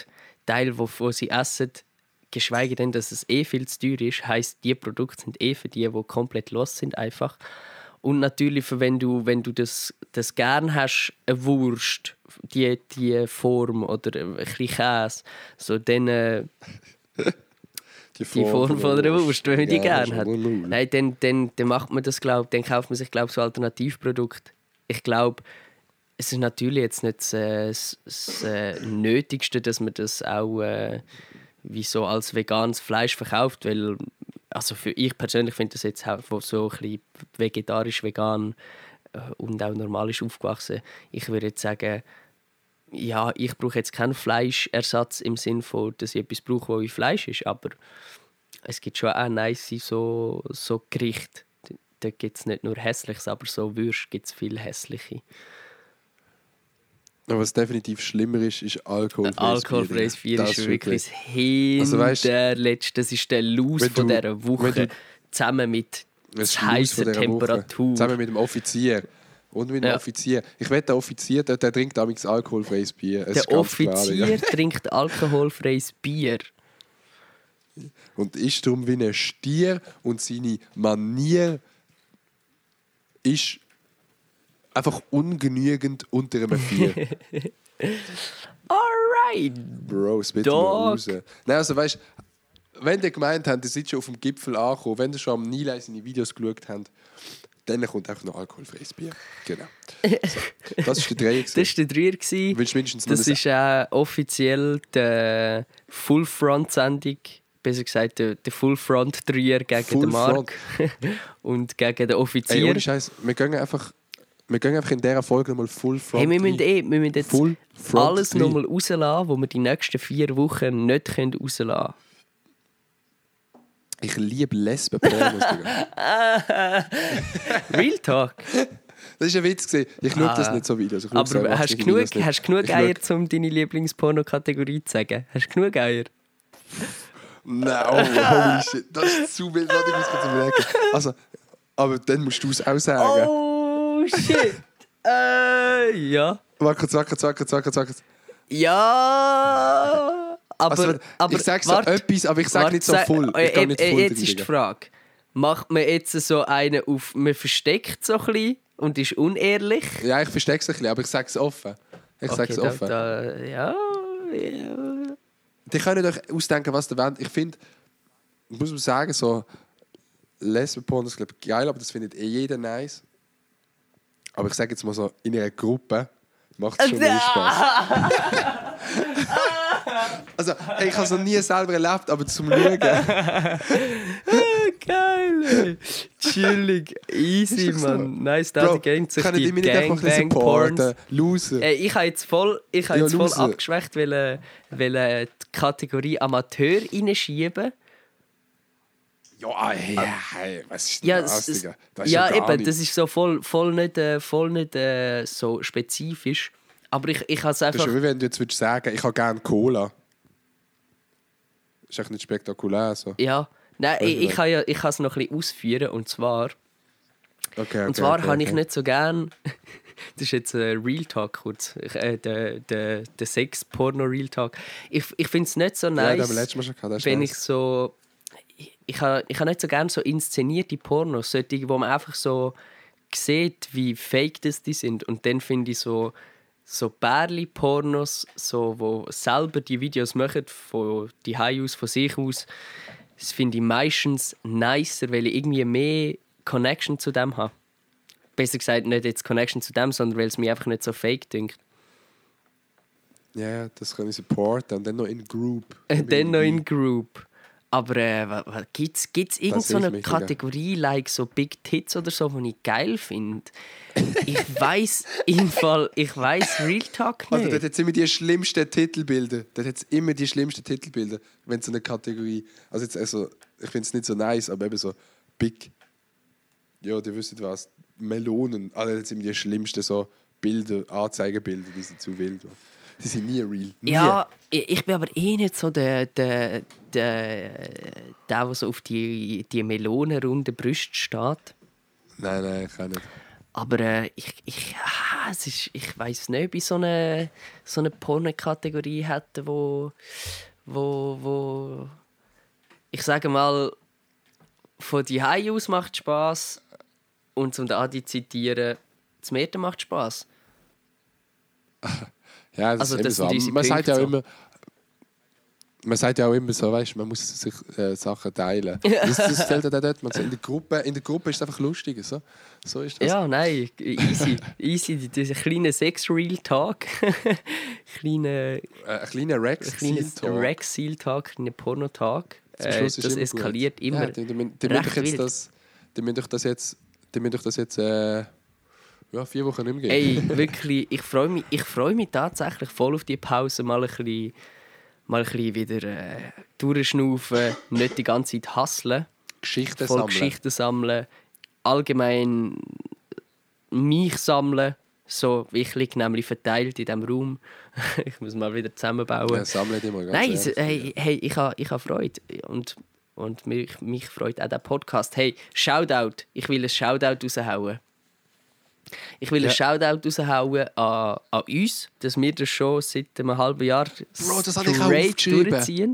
Teil, wo sie essen, geschweige denn, dass es viel zu teuer ist, heisst, die Produkte sind für die komplett los sind einfach. Und natürlich, wenn du das gern hast, eine Wurst, die Form oder ein bisschen Käse, so dann die Form von der Wurst, wenn man die gerne hat. Nein, dann macht man das, dann kauft man sich, so Alternativprodukte. Ich glaube, es ist natürlich jetzt nicht das Nötigste, dass man das auch wie so als veganes Fleisch verkauft, weil also für ich persönlich finde das jetzt auch so ein bisschen vegetarisch, vegan und auch normal ist aufgewachsen. Ich würde jetzt sagen, ja, ich brauche jetzt keinen Fleischersatz im Sinne von, dass ich etwas brauche, das wie Fleisch ist, aber es gibt schon auch nice so Gerichte. Da gibt es nicht nur Hässliches, aber so Würste gibt es viel Hässliche. Aber was definitiv schlimmer ist alkoholfreies Bier ist wirklich das Hinterletzte. Das ist der Los von dieser Woche. Zusammen mit heißer Temperatur. Zusammen mit dem Offizier. Und mit dem Offizier. Ich wette, der Offizier der trinkt damals alkoholfreies Bier. Der Offizier trinkt alkoholfreies Bier. Und ist darum wie ein Stier und seine Manier ist einfach ungenügend unter einem 4. Alright. Bros, bitte mal raus. Nein, also weißt, wenn ihr gemeint habt, ihr seid schon auf dem Gipfel angekommen, wenn ihr schon am Nilay seine Videos geschaut habt, dann kommt einfach noch alkoholfreies Bier. Genau. So, das war der 3. Das war der 3. Das ist offiziell die Full-Front-Sendung. Besser gesagt, der Full-Front-Dreier gegen den Marc und gegen den Offizier. Ey, ohne Scheiß, wir gehen einfach in dieser Folge nochmal Full Front. Hey, wir müssen jetzt alles nochmal rauslassen, was wir die nächsten 4 Wochen nicht rauslassen können. Ich liebe Lesben-Pornos. Real Talk. Das war ein Witz. Ich schaue das nicht so Videos. Aber hast du genug Eier, um deine Lieblingsporno-Kategorie zu sagen? Hast du genug Eier? Nein, holy shit. Das ist zu wild. Ich muss kurz überlegen. Also, aber dann musst du es auch sagen. Oh shit. Ja. Warte. Ja. Aber ich sage so etwas, aber ich sage nicht so voll. Jetzt ist die Frage. Macht man jetzt so einen auf, man versteckt so ein bisschen und ist unehrlich? Ja, ich verstecke es ein bisschen, aber ich sage es offen. Ja. Die können euch ausdenken, was ihr wollt. Ich finde, muss man sagen, so Lesben-Porn ist geil, aber das findet jeder nice. Aber ich sage jetzt mal so, in einer Gruppe macht es schon mehr Spaß. Also, ich habe es noch nie selber erlebt, aber zum Schauen. Geil, chillig, easy, man. Nice, da gehen sich die Gangbang-Porns. Ich habe jetzt voll abgeschwächt, weil die Kategorie Amateur reinschieben. Ja, hey, was ist ja, das, Digga? Das eben, das ist so voll nicht so spezifisch. Aber ich habe es einfach... Das ist wie wenn du jetzt würdest sagen, ich habe gerne Cola. Das ist echt nicht spektakulär so. Ja, nein, ich kann es noch ein bisschen ausführen. Und zwar habe ich nicht so gern... Das ist jetzt Real Talk kurz. Der Sex-Porno-Real Talk. Ich finde es nicht so nice, wenn ich so... Ich habe nicht so gerne so inszenierte Pornos, solche, wo man einfach so sieht, wie fake die sind. Und dann finde ich so Bärli-Pornos, so, wo selber die Videos machen, von die aus, von sich aus, das finde ich meistens nicer, weil ich irgendwie mehr Connection zu dem habe. Besser gesagt, nicht jetzt Connection zu dem, sondern weil es mir einfach nicht so fake dünkt. Ja, das kann ich supporten. Und dann noch in Group. Aber gibt's irgendeine Kategorie, like so Big Tits oder so, die ich geil finde? Ich weiss Real Talk nicht. Also, dort hat es immer die schlimmsten Titelbilder. Wenn so eine Kategorie... Also ich finde es nicht so nice, aber eben so Big... Ja, die wissen was. Melonen. Also, dort sind immer die schlimmsten so Bilder, Anzeigebilder, die sind zu wild. Die sind nie real. Nie. Ja, ich bin aber nicht so der so auf die melonenrunden Brüste steht. Nein, ich kann nicht. Aber es ist, ich weiß nicht, ob ich so eine Porno-Kategorie hätte, wo ich sage mal, von die Hause aus macht Spass und zum Adi zitieren, das Meer macht Spass. Ja, das Also, ist das sind eben so. unsere Man sagt Punkte ja auch so. immer, man sagt ja auch immer so, weißt, man muss sich Sachen teilen. Das fällt ja dort. Man sagt, in der Gruppe ist es einfach lustiger. So ist das. Ja, nein, easy. Dieser kleine Sex-Real-Talk. Ein kleiner Rex-Seal-Talk. Rex-Seal-Talk, ein Porno-Talk. Zum Schluss ist Das immer eskaliert gut. immer. Ja, die müssen euch das jetzt 4 Wochen nicht mehr geben. Ey, wirklich, ich freu mich tatsächlich voll auf die Pause, mal ein bisschen wieder durchschnaufen, nicht die ganze Zeit hustlen, Geschichten voll sammeln. Geschichten sammeln, allgemein mich sammeln. So, ich liege nämlich verteilt in diesem Raum. Ich muss mal wieder zusammenbauen. Ja, sammle die mal ganz Nein, ehrlich. hey, ich habe Freude. Und mich freut auch der Podcast. Hey, Shoutout. Ich will ein Shoutout raushauen. Ich will ein Shoutout raushauen an uns, dass wir das schon seit einem halben Jahr Bro, das habe ich auch straight aufgeschrieben. durchziehen.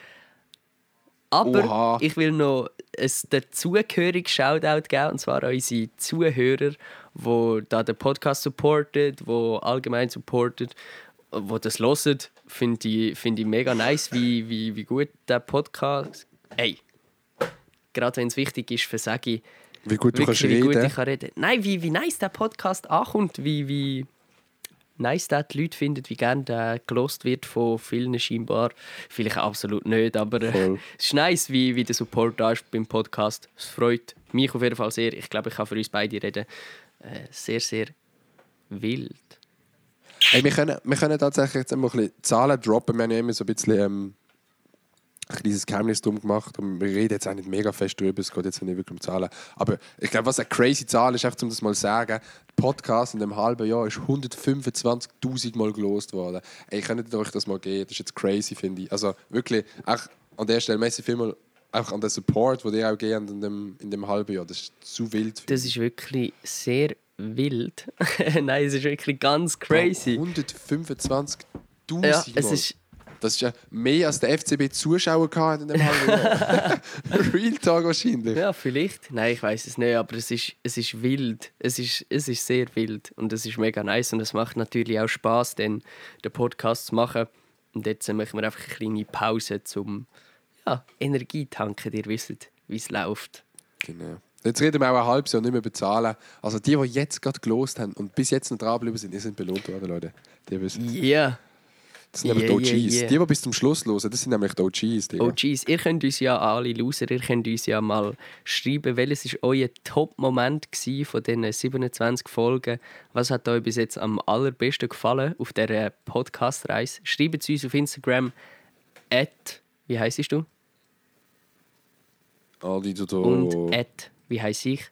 Aber Oha. ich will noch ein dazugehöriges Shoutout geben, und zwar an unsere Zuhörer, die da den Podcast supportet, die allgemein supportet, die das hören. Finde ich mega nice, wie gut der Podcast... Ey, gerade wenn es wichtig ist, versage ich, Wie gut du kannst wirklich, wie gut reden. ich kann reden. Nein, wie nice der Podcast ankommt, wie nice der die Leute finden, wie gerne der gelost wird von vielen scheinbar. Vielleicht absolut nicht, aber Voll. es ist nice, wie der Support da ist beim Podcast. Es freut mich auf jeden Fall sehr. Ich glaube, ich kann für uns beide reden. Sehr, sehr wild. Hey, wir können tatsächlich jetzt einmal ein bisschen Zahlen droppen. Wir haben ja immer so ein bisschen ein kleines Geheimnis drum gemacht. Und wir reden jetzt auch nicht mega fest drüber, es geht jetzt nicht wirklich um Zahlen. Aber ich glaube, was eine crazy Zahl ist, einfach um das mal zu sagen, der Podcast in einem halben Jahr ist 125'000 Mal gelost worden. Ey, könnt ihr euch das mal geben? Das ist jetzt crazy, finde ich. Also wirklich, auch an der Stelle merci vielmal auch an den Support, den ihr auch gebt in dem halben Jahr. Das ist zu wild. Das ist wirklich sehr wild. Nein, es ist wirklich ganz crazy. 125'000 Ja, Mal. es ist... Das ist ja mehr als der FCB Zuschauer hatte in dem halben Jahr. Real Talk wahrscheinlich. Ja, vielleicht. Nein, ich weiß es nicht, aber es ist wild. Es ist sehr wild und es ist mega nice und es macht natürlich auch Spass, den Podcast zu machen. Und jetzt machen wir einfach eine kleine Pause zum Energie tanken. Ihr wisst, wie es läuft. Genau. Jetzt reden wir auch ein halbes Jahr nicht mehr bezahlen. Also die jetzt gerade gelost haben und bis jetzt noch dranbleiben sind, die sind belohnt worden, Leute. Die wissen. Yeah. Das sind nämlich die OGs. Die bis zum Schluss hören, das sind nämlich die OGs. OGs, ihr könnt uns ja alle Loser, ihr könnt uns ja mal schreiben, welches war euer Top-Moment von diesen 27 Folgen? Was hat euch bis jetzt am allerbesten gefallen auf dieser Podcast-Reise? Schreibt es uns auf Instagram wie heisst du? Und wie heisst ich?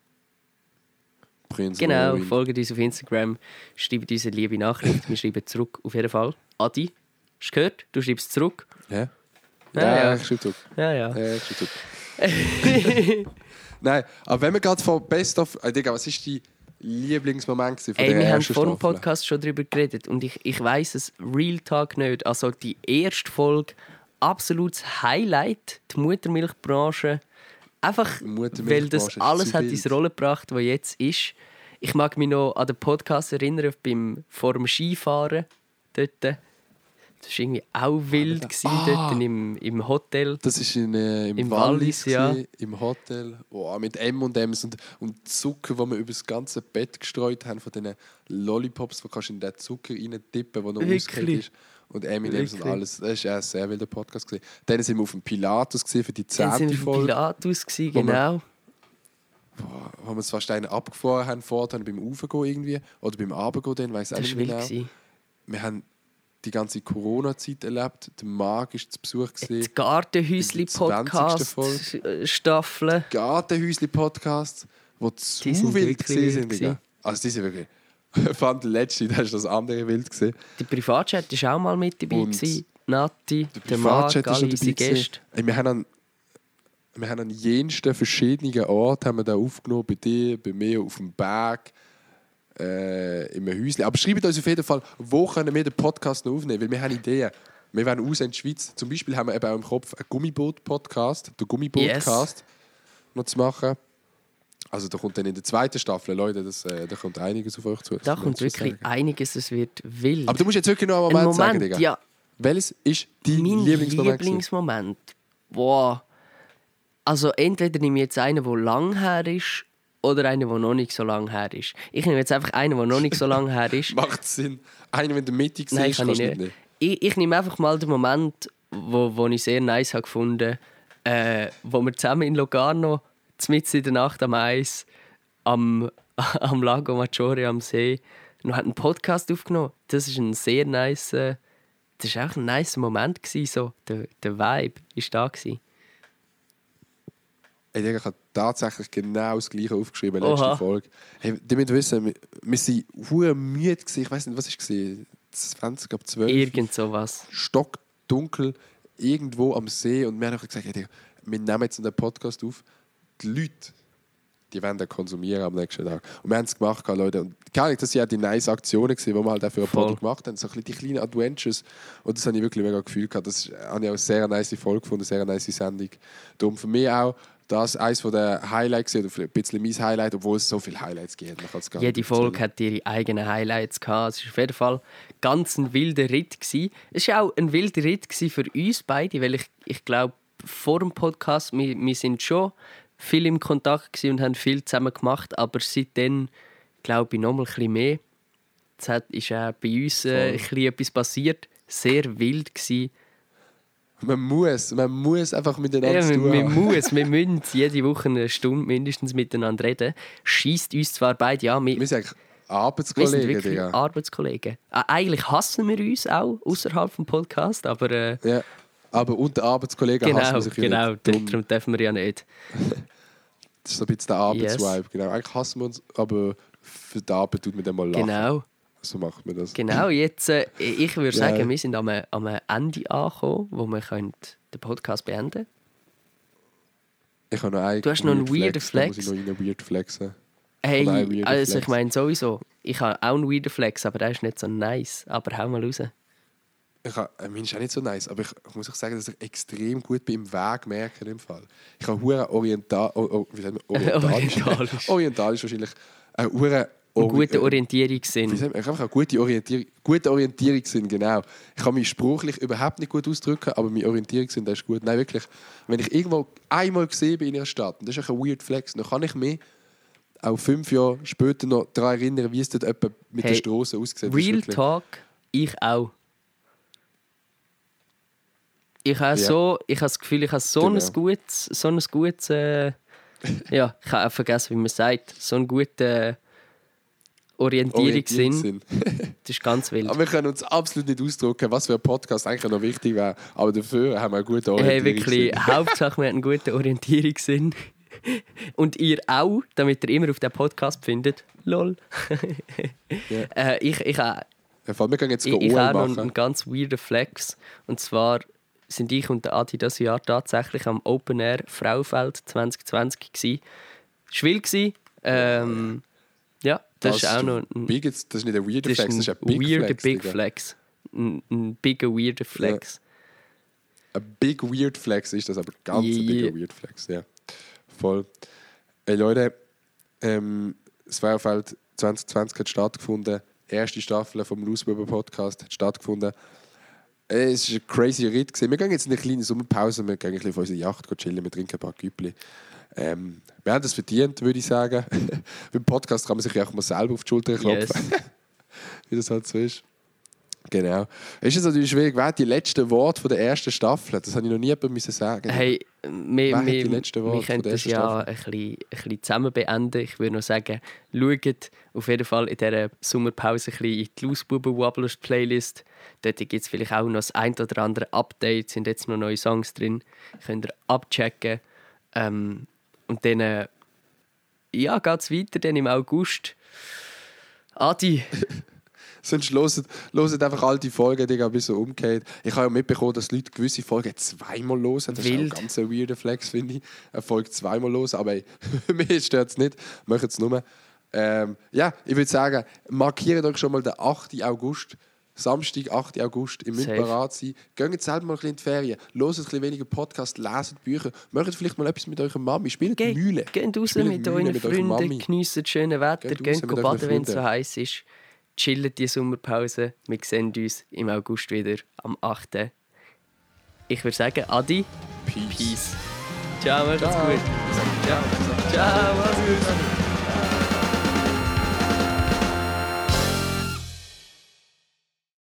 Prinz Genau, Marvin. folgt uns auf Instagram, schreibt uns eine liebe Nachricht, wir schreiben zurück, auf jeden Fall. Adi, hast du gehört? Du schreibst zurück. Ja? Ja, Ja, ja. ich schreibe zurück. Ja. Ich schreibe zurück. Nein, aber wenn wir gerade von Best of... Digga, was war dein Lieblingsmoment von Ey, der wir haben ersten vor dem Staffel? Podcast schon darüber geredet und ich weiss es Real Talk nicht. Also die erste Folge, absolutes Highlight, die Muttermilchbranche. Einfach, weil das Muttermilchbranche ist alles zu hat wild. ins Rollen gebracht, was jetzt ist. Ich mag mich noch an den Podcast erinnern, vor dem Skifahren dort. Das war irgendwie auch wild, dort im Hotel. Das war im Im Wallis, Wallis, ja. im Hotel. Oh, mit M&M's und Zucker, die wir über das ganze Bett gestreut haben, von diesen Lollipops, wo kannst du in den Zucker reintippen, der noch Wirklich? ausgehört ist. Und M&M's und Wirklich? alles. Das war ein sehr wilder Podcast. Dann sind wir auf dem Pilatus für die Dann 10. sind wir auf Folge. Pilatus, Wo wir- genau. Wo wir uns fast einen abgefahren haben, vorher beim Aufgehen irgendwie. Oder beim Abendgehen, dann weiss ich auch Das nicht war mehr wild. genau. Wir haben die ganze Corona-Zeit erlebt. Der Marc war zu Besuch. Die In der 20. Gartenhäusli-Podcast-Staffel. Gartenhäusli-Podcasts, die Die zu sind wild wirklich gewesen wild sind. Digga. Also die sind wirklich... Ich fand der letzte, da ist das andere wild gesehen. Der Privatchat war auch mal mit dabei. Und Gewesen. Nati, der Privatchat Marc, ist alle noch dabei unsere Gäste. gewesen. Ey, wir haben an jensten verschiedenen Orten haben wir da aufgenommen. Bei dir, bei mir, auf dem Berg. in einem Häuschen. Aber schreibt uns auf jeden Fall, wo können wir den Podcast noch aufnehmen, weil wir haben Ideen. Wir wollen raus in die Schweiz. Zum Beispiel haben wir eben auch im Kopf einen Gummiboot-Podcast, den Gummiboot-Cast noch zu machen. Also da kommt dann in der zweiten Staffel, Leute, da kommt einiges auf euch zu. Da kommt wirklich einiges, es wird wild. Aber du musst jetzt wirklich noch einen Moment sagen, Digga. Ja. Welches ist dein Mein Lieblingsmoment? Boah. Also entweder nehme ich jetzt einen, der lang her ist, oder einen, der noch nicht so lang her ist. Ich nehme jetzt einfach einen, der noch nicht so lang her ist. Macht Sinn. Einen, wenn du mittig siehst, Nein, kann ich nicht. nicht. Ich nehme einfach mal den Moment, wo ich sehr nice habe gefunden habe, wo wir zusammen in Locarno, mitten in der Nacht am Eis, am Lago Maggiore am See, noch einen Podcast aufgenommen. Das ist ein sehr nice, das war auch ein nice Moment gewesen, so. Der Vibe war da gewesen. Ich habe tatsächlich genau das Gleiche aufgeschrieben in der letzten Folge. Hey, ihr müsst wissen, wir waren verdammt müde gewesen. Ich weiß nicht, was war. 20 ab 12. Irgend sowas. Stockdunkel, irgendwo am See. Und wir haben gesagt, hey, Digga, wir nehmen jetzt einen Podcast auf. Die Leute, die wollen den konsumieren am nächsten Tag. Und wir haben es gemacht, Leute. Und gar nicht, das waren ja die nice Aktionen, die wir halt auch für einen Podcast gemacht haben. So ein bisschen die kleinen Adventures. Und das habe ich wirklich mega gefühlt. Das habe ich auch eine sehr nice Folge gefunden, eine sehr nice Sendung. Darum für mich auch das eines der Highlights, oder ein bisschen mein Highlight, obwohl es so viele Highlights gibt. Jede Folge hat ihre eigenen Highlights gehabt. Es war auf jeden Fall ganz ein wilder Ritt gewesen. Es war auch ein wilder Ritt für uns beide, weil ich glaube, vor dem Podcast, wir sind schon viel im Kontakt gewesen und haben viel zusammen gemacht, aber seitdem glaube ich noch mal ein bisschen mehr. Es ist auch bei uns ein bisschen etwas passiert, sehr wild gewesen. Man muss einfach miteinander ja, tun. Wir müssen jede Woche eine Stunde mindestens miteinander reden. Scheisst uns zwar beide an. Wir sind eigentlich Wir sind wirklich Digga. Arbeitskollegen. Eigentlich hassen wir uns auch außerhalb des Podcasts, aber... Ja, aber unter Arbeitskollegen hassen wir sich genau, nicht. darum dürfen wir ja nicht. Das ist so ein bisschen der Arbeitsvibe. Yes. Genau. Eigentlich hassen wir uns, aber für die Arbeit tut man dann mal lachen. Genau. So macht man das. Genau, jetzt, ich würde sagen, wir sind am Ende angekommen, wo wir den Podcast beenden können. Ich habe noch einen. Du hast noch einen weirden Flex. Muss ich noch einen weird flexen. Hey, also ich meine sowieso, ich habe auch einen weirden Flex, aber der ist nicht so nice. Aber hau mal raus. Mein ist auch nicht so nice, aber ich muss auch sagen, dass ich extrem gut bin im Weg merken im Fall. Ich habe hure orientalisch wahrscheinlich. Einen guten Orientierungssinn. Ich habe einfach einen guten Orientierungssinn, genau. Ich kann mich sprachlich überhaupt nicht gut ausdrücken, aber mein Orientierungssinn, der ist gut. Nein, wirklich. Wenn ich irgendwo einmal gesehen bin in einer Stadt, und das ist ein weird Flex, dann kann ich mich auch 5 Jahre später noch daran erinnern, wie es dort etwa mit der Straße aussieht. Real Talk, ich auch. Ich habe das Gefühl, ich habe so ein gutes ja, ich habe auch vergessen, wie man sagt, so einen guten Orientierungssinn. Das ist ganz wild. Aber wir können uns absolut nicht ausdrücken, was für ein Podcast eigentlich noch wichtig wäre. Aber dafür haben wir einen guten Orientierungssinn. Hey, wirklich, Hauptsache wir haben einen guten Orientierungssinn. Und ihr auch, damit ihr immer auf den Podcast findet. Lol. Yeah. Ich habe wir gehen jetzt noch einen ganz weirden Flex. Und zwar sind ich und der Adi dieses Jahr tatsächlich am Open Air Frauenfeld 2020 gsi. Es war wild. Ja, das ist auch noch ein... das ist nicht ein weirder Flex, das ist ein Big Flex. Ein bigger, weirder Flex. Ja. Ein big weird Flex ist das, aber ganz ein bigger weird Flex, ja. Voll. Hey Leute, das Frauenfeld 2020 hat stattgefunden. Die erste Staffel vom Lausbuben Podcast hat stattgefunden. Es war ein crazy Ritt. Wir gehen jetzt in eine kleine Sommerpause, wir gehen ein bisschen auf unsere Yacht chillen, wir trinken ein paar Güppli. Wir haben das verdient, würde ich sagen. Beim Podcast kann man sich ja auch mal selber auf die Schulter klopfen. Yes. Wie das halt so ist. Genau. Es ist natürlich schwierig, wer hat die letzten Worte der ersten Staffel? Das habe ich noch nie jemandem sagen. Hey, wir können das ja ein bisschen zusammen beenden. Ich würde noch sagen, schaut auf jeden Fall in dieser Sommerpause ein bisschen in die Lausbuben-Wobblers-Playlist. Dort gibt es vielleicht auch noch das ein oder andere Update. Es sind jetzt noch neue Songs drin. Könnt ihr abchecken. Und dann geht es weiter dann im August. Adi. Sonst hört einfach all die Folgen, die bis so umgehen. Ich habe ja mitbekommen, dass Leute gewisse Folgen zweimal hören. Das ist auch ein ganz weirder Flex, finde ich. Eine Folge zweimal hören, aber mir stört es nicht. Machen es nur. Ja, ich würde sagen, markiert euch schon mal den 8. August. Samstag, 8. August, im müsst parat sein. Geht jetzt selber mal ein bisschen in die Ferien. Hört ein bisschen weniger Podcast, leset Bücher. Macht vielleicht mal etwas mit eurer Mami. Spielt Mühle. Geht raus mit euren Freunden, geniessen das schöne Wetter, geht baden, wenn es so heiß ist. Chillt die Sommerpause. Wir sehen uns im August wieder am 8. Ich würde sagen, Adi. Peace. Ciao, macht's gut. Ciao, macht's gut.